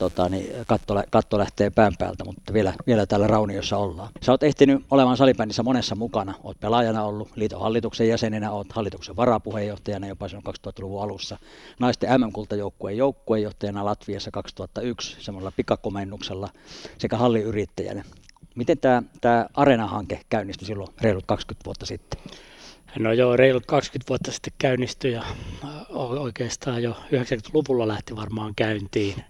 Speaker 2: katto lähtee pään päältä, mutta vielä täällä rauniossa ollaan. Sä oot ehtinyt olemaan salibändissä monessa mukana, oot pelaajana ollut, liiton hallituksen jäsenenä, oot hallituksen varapuheenjohtajana jopa silloin 2000-luvun alussa, naisten MM-kultajoukkueen joukkueenjohtajana Latviassa 2001, semmoisella pikakomennuksella sekä halliyrittäjänä. Miten tämä Areena-hanke käynnistyi silloin reilut 20 vuotta sitten?
Speaker 9: No joo, reilut 20 vuotta sitten käynnistyi ja oikeastaan jo 90-luvulla lähti varmaan käyntiin.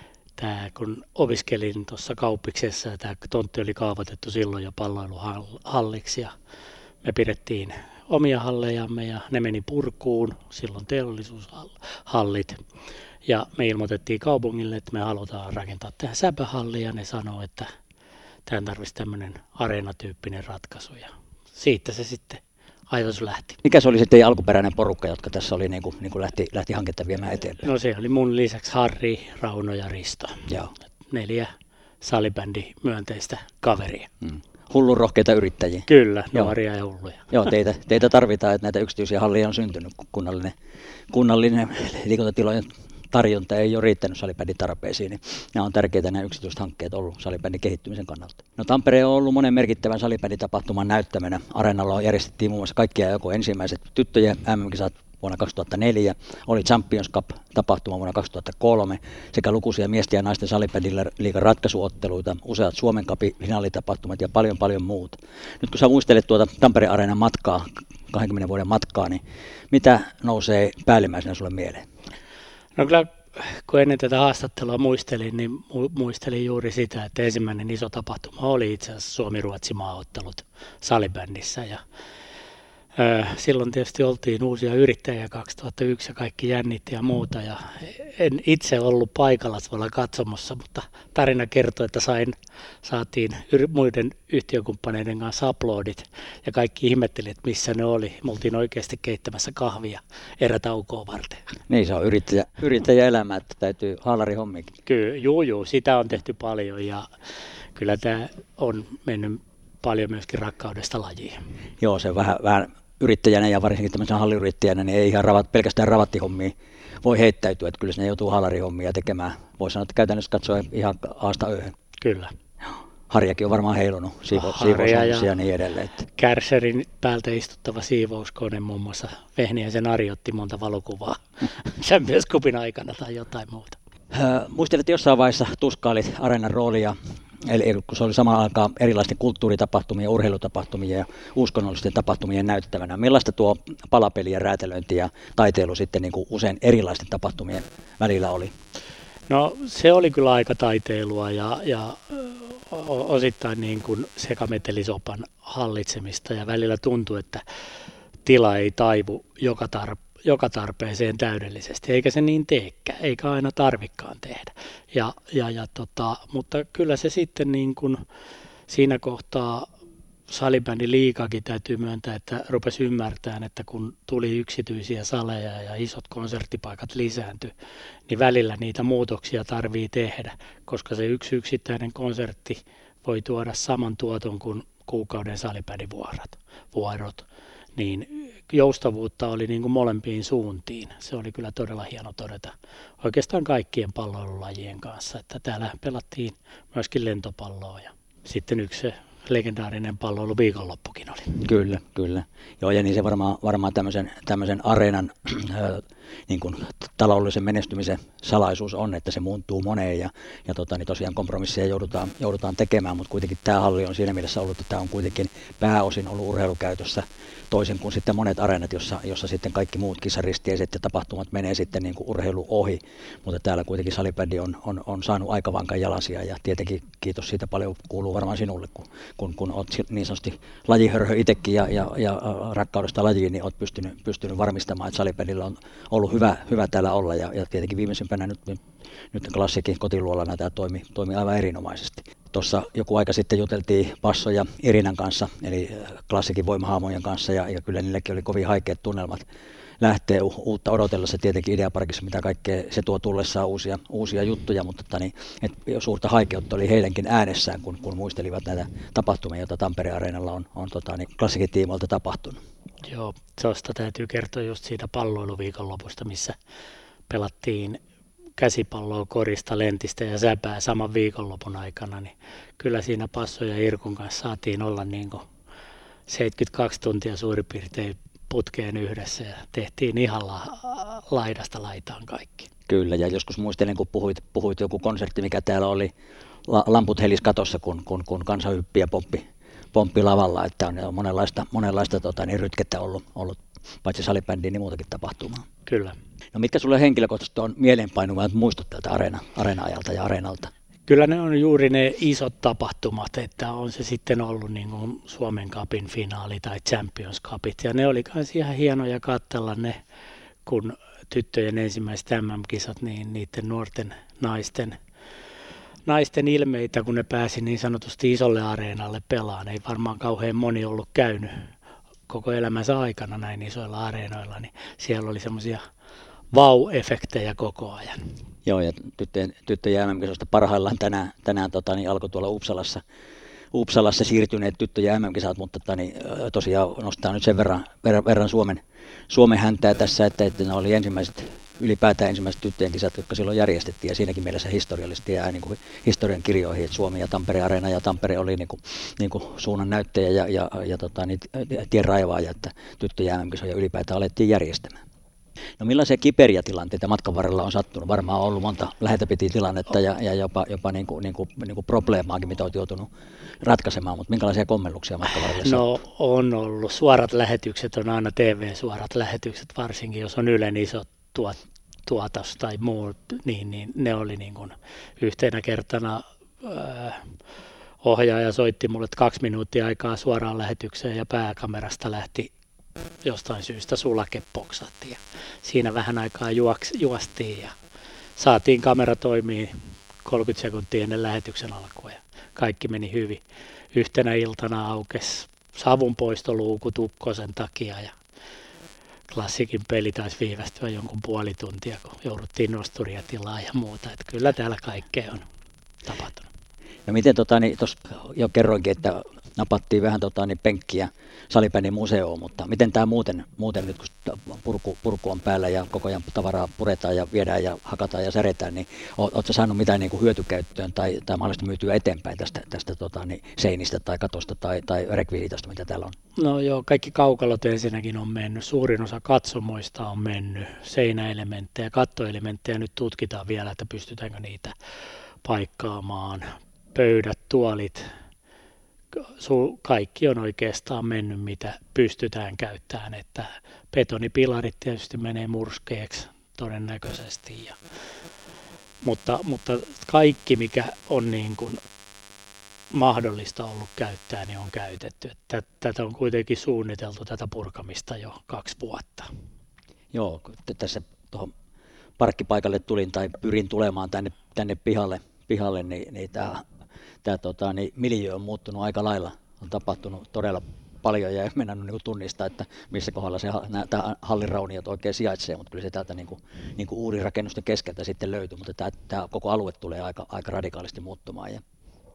Speaker 9: Kun opiskelin tuossa Kauppiksessa ja tämä tontti oli kaavoitettu silloin jo palloiluhalliksi ja me pidettiin omia hallejamme ja ne meni purkuun, silloin teollisuushallit. Ja me ilmoitettiin kaupungille, että me halutaan rakentaa tähän säpähalli ja ne sanoo, että tähän tarvitsisi tämmöinen areenatyyppinen ratkaisu ja siitä se sitten ajatus lähti.
Speaker 2: Mikä se oli sitten alkuperäinen porukka, jotka tässä oli niin kuin lähti hanketta viemään eteenpäin?
Speaker 9: No se oli mun lisäksi Harri, Rauno ja Risto.
Speaker 2: Joo.
Speaker 9: 4 salibändi myönteistä kaveria.
Speaker 2: Hullun rohkeita yrittäjiä.
Speaker 9: Kyllä, nuoria ja hulluja.
Speaker 2: Joo, teitä tarvitaan, että näitä yksityisiä halleja on syntynyt, kun kunnallinen liikuntatilojen tarjonta ei ole riittänyt salibändin tarpeisiin, niin nämä on tärkeitä nämä yksityiset hankkeet ollut salibändin kehittymisen kannalta. No Tampere on ollut monen merkittävän salibänditapahtuman näyttämänä. Areenalla järjestettiin muun muassa kaikkia joko ensimmäiset tyttöjen MM-kisat vuonna 2004, oli Champions Cup-tapahtuma vuonna 2003 sekä lukuisia miesten ja naisten salibändiliigan ratkaisuotteluita, useat Suomen Cupin finaalitapahtumat ja paljon muuta. Nyt kun sä muistelet tuota Tampereen Areenan matkaa, 20 vuoden matkaa, niin mitä nousee päällimmäisenä sulle mieleen?
Speaker 9: No kyllä, kun ennen tätä haastattelua muistelin, niin muistelin juuri sitä, että ensimmäinen iso tapahtuma oli itse asiassa Suomi-Ruotsi maaottelut salibändissä. Ja silloin tietysti oltiin uusia yrittäjiä 2001 ja kaikki jännitti ja muuta. Ja en itse ollut paikalla tuolla katsomossa, mutta tarina kertoi, että saatiin muiden yhtiökumppaneiden kanssa aplodit ja kaikki ihmetteli, että missä ne oli. Me oltiin oikeasti keittämässä kahvia erätaukoa varten.
Speaker 2: Niin, se on yrittäjäelämä, että täytyy haalarihommikin.
Speaker 9: Kyllä, juu, sitä on tehty paljon ja kyllä tämä on mennyt paljon myöskin rakkaudesta lajiin.
Speaker 2: Joo, se vähän yrittäjänä ja varsinkin tämmöisen halliyrittäjänä, niin ei ihan pelkästään ravattihommia voi heittäytyä, että kyllä ne joutuu haalarihommia tekemään. Voi sanoa, että käytännössä katsoen ihan aasta ööhön.
Speaker 9: Kyllä.
Speaker 2: Harjakin on varmaan heilunut, siivoushommissa ja niin edelleen.
Speaker 9: Kärsärin päältä istuttava siivouskone muun muassa Vehniäisen Ari otti monta valokuvaa Champions Cupin aikana tai jotain muuta.
Speaker 2: Muistelet jossain vaiheessa tuskailit Areenan roolia, eli kun se oli samaan aikaan erilaisten kulttuuritapahtumien, urheilutapahtumien ja uskonnollisten tapahtumien näyttävänä. Millaista tuo palapeli ja räätälöinti ja taiteilu sitten niin kuin usein erilaisten tapahtumien välillä oli?
Speaker 9: No se oli kyllä aika taiteilua ja osittain niin kuin sekametelisopan hallitsemista ja välillä tuntui, että tila ei taivu joka tarpeeseen täydellisesti, eikä se niin teekään, eikä aina tarvikaan tehdä. Mutta kyllä se sitten niin kuin siinä kohtaa salibändiliigakin täytyy myöntää, että rupesi ymmärtämään, että kun tuli yksityisiä saleja ja isot konserttipaikat lisääntyi, niin välillä niitä muutoksia tarvii tehdä, koska se yksittäinen konsertti voi tuoda saman tuoton kuin kuukauden salipädivuorot, niin joustavuutta oli niin kuin molempiin suuntiin. Se oli kyllä todella hieno todeta oikeastaan kaikkien palloilulajien kanssa, että täällä pelattiin myöskin lentopalloa ja sitten yksi se legendaarinen palloilu viikonloppukin oli.
Speaker 2: Kyllä, kyllä. Joo, ja niin se varmaan tämmöisen areenan niin kuin taloudellisen menestymisen salaisuus on, että se muuntuu moneen ja niin tosiaan kompromisseja joudutaan tekemään, mutta kuitenkin tämä halli on siinä mielessä ollut, että tämä on kuitenkin pääosin ollut urheilukäytössä toisin kuin sitten monet areenat, jossa sitten kaikki muut kisaristeiset ja tapahtumat menee sitten niin kuin urheilu ohi, mutta täällä kuitenkin salibändi on saanut aika vankan jalasia ja tietenkin kiitos siitä paljon kuuluu varmaan sinulle, kun olet niin sanotusti lajihörhö itsekin ja rakkaudesta lajiin, niin olet pystynyt varmistamaan, että salibändillä on ollut hyvä täällä olla ja tietenkin viimeisimpänä nyt Klassikin kotiluolana tämä toimi aivan erinomaisesti. Tuossa joku aika sitten juteltiin Passo ja Irinan kanssa, eli Klassikin voimahaamojen kanssa, ja kyllä niilläkin oli kovin haikeat tunnelmat lähtee uutta odotellessa tietenkin Ideaparkissa, mitä kaikkea se tuo tullessaan uusia juttuja, mutta suurta haikeutta oli heidänkin äänessään, kun muistelivat näitä tapahtumia, joita Tampereen areenalla on Klassikin tiimoilta tapahtunut.
Speaker 9: Joo, tuosta täytyy kertoa just siitä palloiluviikonlopusta, missä pelattiin käsipalloa, korista, lentistä ja säpää saman viikonlopun aikana, niin kyllä siinä Passo ja Irkun kanssa saatiin olla niin kuin 72 tuntia suurin piirtein putkeen yhdessä ja tehtiin ihan laidasta laitaan kaikki. Kyllä, ja joskus muistelen, kun puhuit joku konsertti, mikä täällä oli, lamput helis katossa, kun kansa hyppi ja pomppi lavalla, että on monenlaista rytkettä ollut paitsi salibändiin, niin muutakin tapahtumaa. Kyllä. No mitkä sulle henkilökohtaisesti on mieleenpainuvat muistot tältä areena-ajalta ja areenalta? Kyllä ne on juuri ne isot tapahtumat, että on se sitten ollut niin kuin Suomen Cupin finaali tai Champions Cupit. Ja ne oli myös ihan hienoja katsella ne, kun tyttöjen ensimmäiset MM-kisat, niin niiden nuorten naisten ilmeitä, kun ne pääsi niin sanotusti isolle areenalle pelaan. Ei varmaan kauhean moni ollut käynyt koko elämänsä aikana näin isoilla areenoilla, niin siellä oli semmoisia vau-efektejä koko ajan. Joo, ja tyttöjen MM-kisoista parhaillaan tänään alkoi tuolla Uppsalassa siirtyneet tyttöjen MM-kisat, mutta tosiaan nostaa nyt sen verran Suomen häntää tässä, että ne oli ylipäätään ensimmäiset tyttöjen kisat, jotka silloin järjestettiin, ja siinäkin mielessä historiallisesti jää niin kuin historian kirjoihin, että Suomi ja Tampere areena, ja Tampere oli niin kuin suunnan näyttäjä ja tien raivaaja, että tyttöjen MM-kisoja ylipäätään alettiin järjestämään. No millaisia kiperiä tilanteita matkan varrella on sattunut? Varmaan on ollut monta läheltä piti tilannetta ja jopa niin kuin probleemaakin, mitä olet joutunut ratkaisemaan, mutta minkälaisia kommelluksia matkan varrella sattunut? No on ollut. Suorat lähetykset on aina TV-suorat lähetykset, varsinkin jos on Ylen iso tuotos tai muu, niin ne oli niin kuin yhtenä kertana ohjaaja soitti mulle 2 minuuttia aikaa suoraan lähetykseen ja pääkamerasta lähti jostain syystä sulake poksahti ja siinä vähän aikaa juostiin ja saatiin kamera toimii 30 sekuntia ennen lähetyksen alkua ja kaikki meni hyvin. Yhtenä iltana aukesi savunpoistoluukut ukkosen takia ja Klassikin peli taisi viivästyä jonkun puoli tuntia, kun jouduttiin nosturia tilaa ja muuta. Että kyllä täällä kaikkea on tapahtunut. No miten tuossa jo kerroinkin, että napattiin vähän penkkiä salibändin museoon, mutta miten tämä muuten nyt, kun purku on päällä ja koko ajan tavaraa puretaan ja viedään ja hakataan ja säretään, niin oletko saanut mitään niin kuin hyötykäyttöön tai mahdollisesti myytyä eteenpäin tästä seinistä tai katosta tai rekvisiitosta, mitä täällä on? No joo, kaikki kaukalot ensinnäkin on mennyt. Suurin osa katsomoista on mennyt. Seinäelementtejä, kattoelementtejä nyt tutkitaan vielä, että pystytäänkö niitä paikkaamaan. Pöydät, tuolit, kaikki on oikeastaan mennyt, mitä pystytään käyttämään, että betonipilarit tietysti menee murskeeksi todennäköisesti, mutta kaikki, mikä on niin kuin mahdollista ollut käyttää, niin on käytetty. Tätä on kuitenkin suunniteltu tätä purkamista jo 2 vuotta. Joo, tässä tuohon parkkipaikalle tulin tai pyrin tulemaan tänne pihalle niin tämä miljöö on muuttunut aika lailla, on tapahtunut todella paljon ja ei mennä niin tunnistaa, että missä kohdalla tämä hallin rauniot oikein sijaitsee, mutta kyllä se täältä niin kuin uudirakennusten keskeltä sitten löytyy, mutta tämä koko alue tulee aika radikaalisti muuttumaan.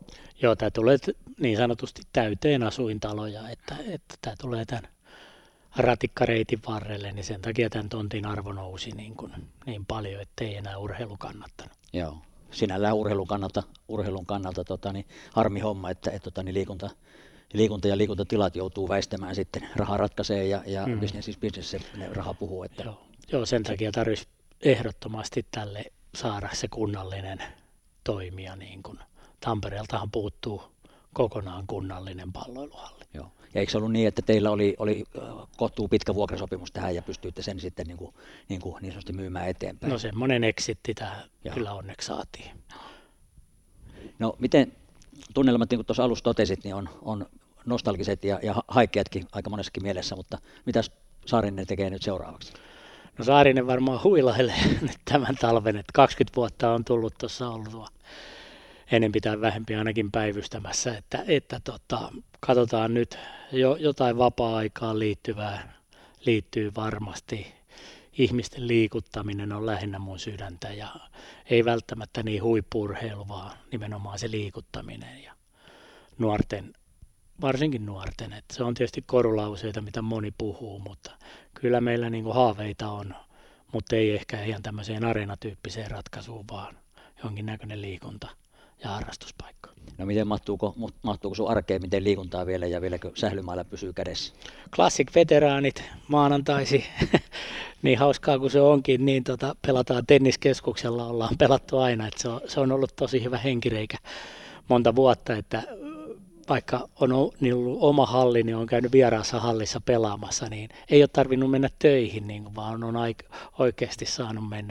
Speaker 9: Joo, tämä tulee niin sanotusti täyteen asuintaloja, että tämä tulee tämän ratikkareitin varrelle, niin sen takia tämän tontin arvo nousi niin paljon, ettei enää urheilu kannattanut.
Speaker 2: Joo, sinällään urheilun kannalta niin harmi homma, että liikunta ja liikuntatilat joutuu väistämään sitten. Raha ratkaisee ja business se raha puhuu. Että...
Speaker 9: Joo, sen takia tarvitsisi ehdottomasti tälle saada se kunnallinen toimija. Niin kuin Tampereeltahan puuttuu kokonaan kunnallinen palloiluhalli.
Speaker 2: Joo. Ja eikö se ollut niin, että teillä oli kohtuu pitkä vuokrasopimus tähän ja pystyitte sen sitten niin sanotusti myymään eteenpäin?
Speaker 9: No semmoinen exitti tähän kyllä onneksi saatiin.
Speaker 2: No miten tunnelmat, niin kuin tuossa alussa totesit, niin on nostalgiset ja haikeatkin aika monessakin mielessä, mutta mitäs Saarinen tekee nyt seuraavaksi?
Speaker 9: No Saarinen varmaan huilailee nyt tämän talven, että 20 vuotta on tullut tuossa ollut enempi tai vähempi ainakin päivystämässä, että katsotaan nyt jotain vapaa-aikaan liittyy varmasti. Ihmisten liikuttaminen on lähinnä mun sydäntä ja ei välttämättä niin huippu-urheilu, vaan nimenomaan se liikuttaminen ja varsinkin nuorten. Että se on tietysti korulauseita, mitä moni puhuu, mutta kyllä meillä niin kuin haaveita on, mutta ei ehkä ihan tämmöiseen areenatyyppiseen ratkaisuun, vaan jonkinnäköinen liikunta ja harrastuspaikka.
Speaker 2: No miten mahtuuko sun arkeen, miten liikuntaa vielä ja vieläkö sählymailla pysyy kädessä?
Speaker 9: Classic-veteraanit maanantaisi, niin hauskaa kuin se onkin, niin pelataan tenniskeskuksella, ollaan pelattu aina, että se on ollut tosi hyvä henkireikä monta vuotta, että vaikka on ollut oma halli, niin on käynyt vieraassa hallissa pelaamassa, niin ei ole tarvinnut mennä töihin, niin vaan on oikeasti saanut mennä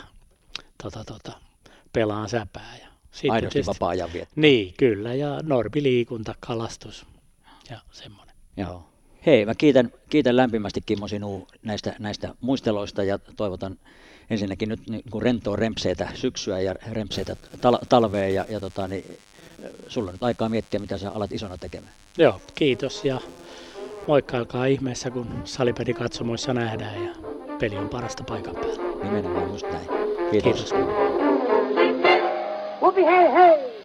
Speaker 9: pelaan säpää. Ja
Speaker 2: aidosti vapaa-ajan viettää.
Speaker 9: Niin, kyllä, ja normiliikunta, kalastus ja semmoinen.
Speaker 2: Joo. Hei, mä kiitän lämpimästi Kimmo sinua näistä muisteloista ja toivotan ensinnäkin nyt niin rentoa rempseitä syksyä ja rempseitä talvea ja sulla on nyt aikaa miettiä, mitä sä alat isona tekemään.
Speaker 9: Joo, kiitos ja moikkailkaa ihmeessä, kun salibändikatsomoissa nähdään ja peli on parasta paikan päällä.
Speaker 2: Nimenomaan just näin. Kiitos.
Speaker 8: Whoopie hey hey!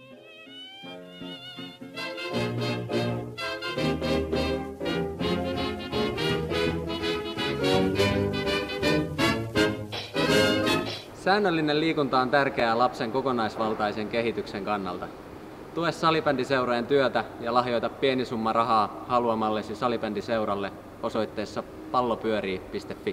Speaker 10: Säännöllinen liikunta on tärkeää lapsen kokonaisvaltaisen kehityksen kannalta. Tue salibändiseurojen työtä ja lahjoita pieni summa rahaa haluamallesi salibändiseuralle osoitteessa pallopyörii.fi.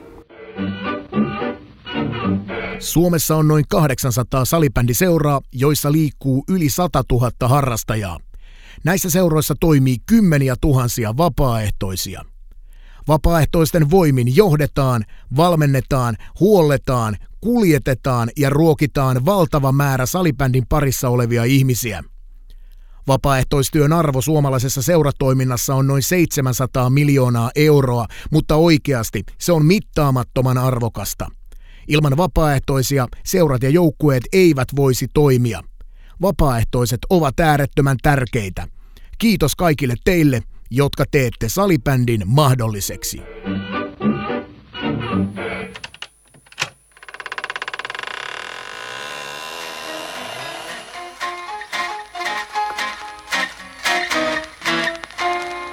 Speaker 11: Suomessa on noin 800 salibändiseuraa, joissa liikkuu yli 100 000 harrastajaa. Näissä seuroissa toimii kymmeniä tuhansia vapaaehtoisia. Vapaaehtoisten voimin johdetaan, valmennetaan, huolletaan, kuljetetaan ja ruokitaan valtava määrä salibändin parissa olevia ihmisiä. Vapaaehtoistyön arvo suomalaisessa seuratoiminnassa on noin 700 miljoonaa euroa, mutta oikeasti se on mittaamattoman arvokasta. Ilman vapaaehtoisia seurat ja joukkueet eivät voisi toimia. Vapaaehtoiset ovat äärettömän tärkeitä. Kiitos kaikille teille, jotka teette salibändin mahdolliseksi.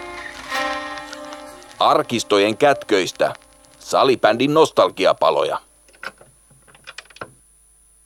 Speaker 1: Arkistojen kätköistä salibändin nostalgiapaloja.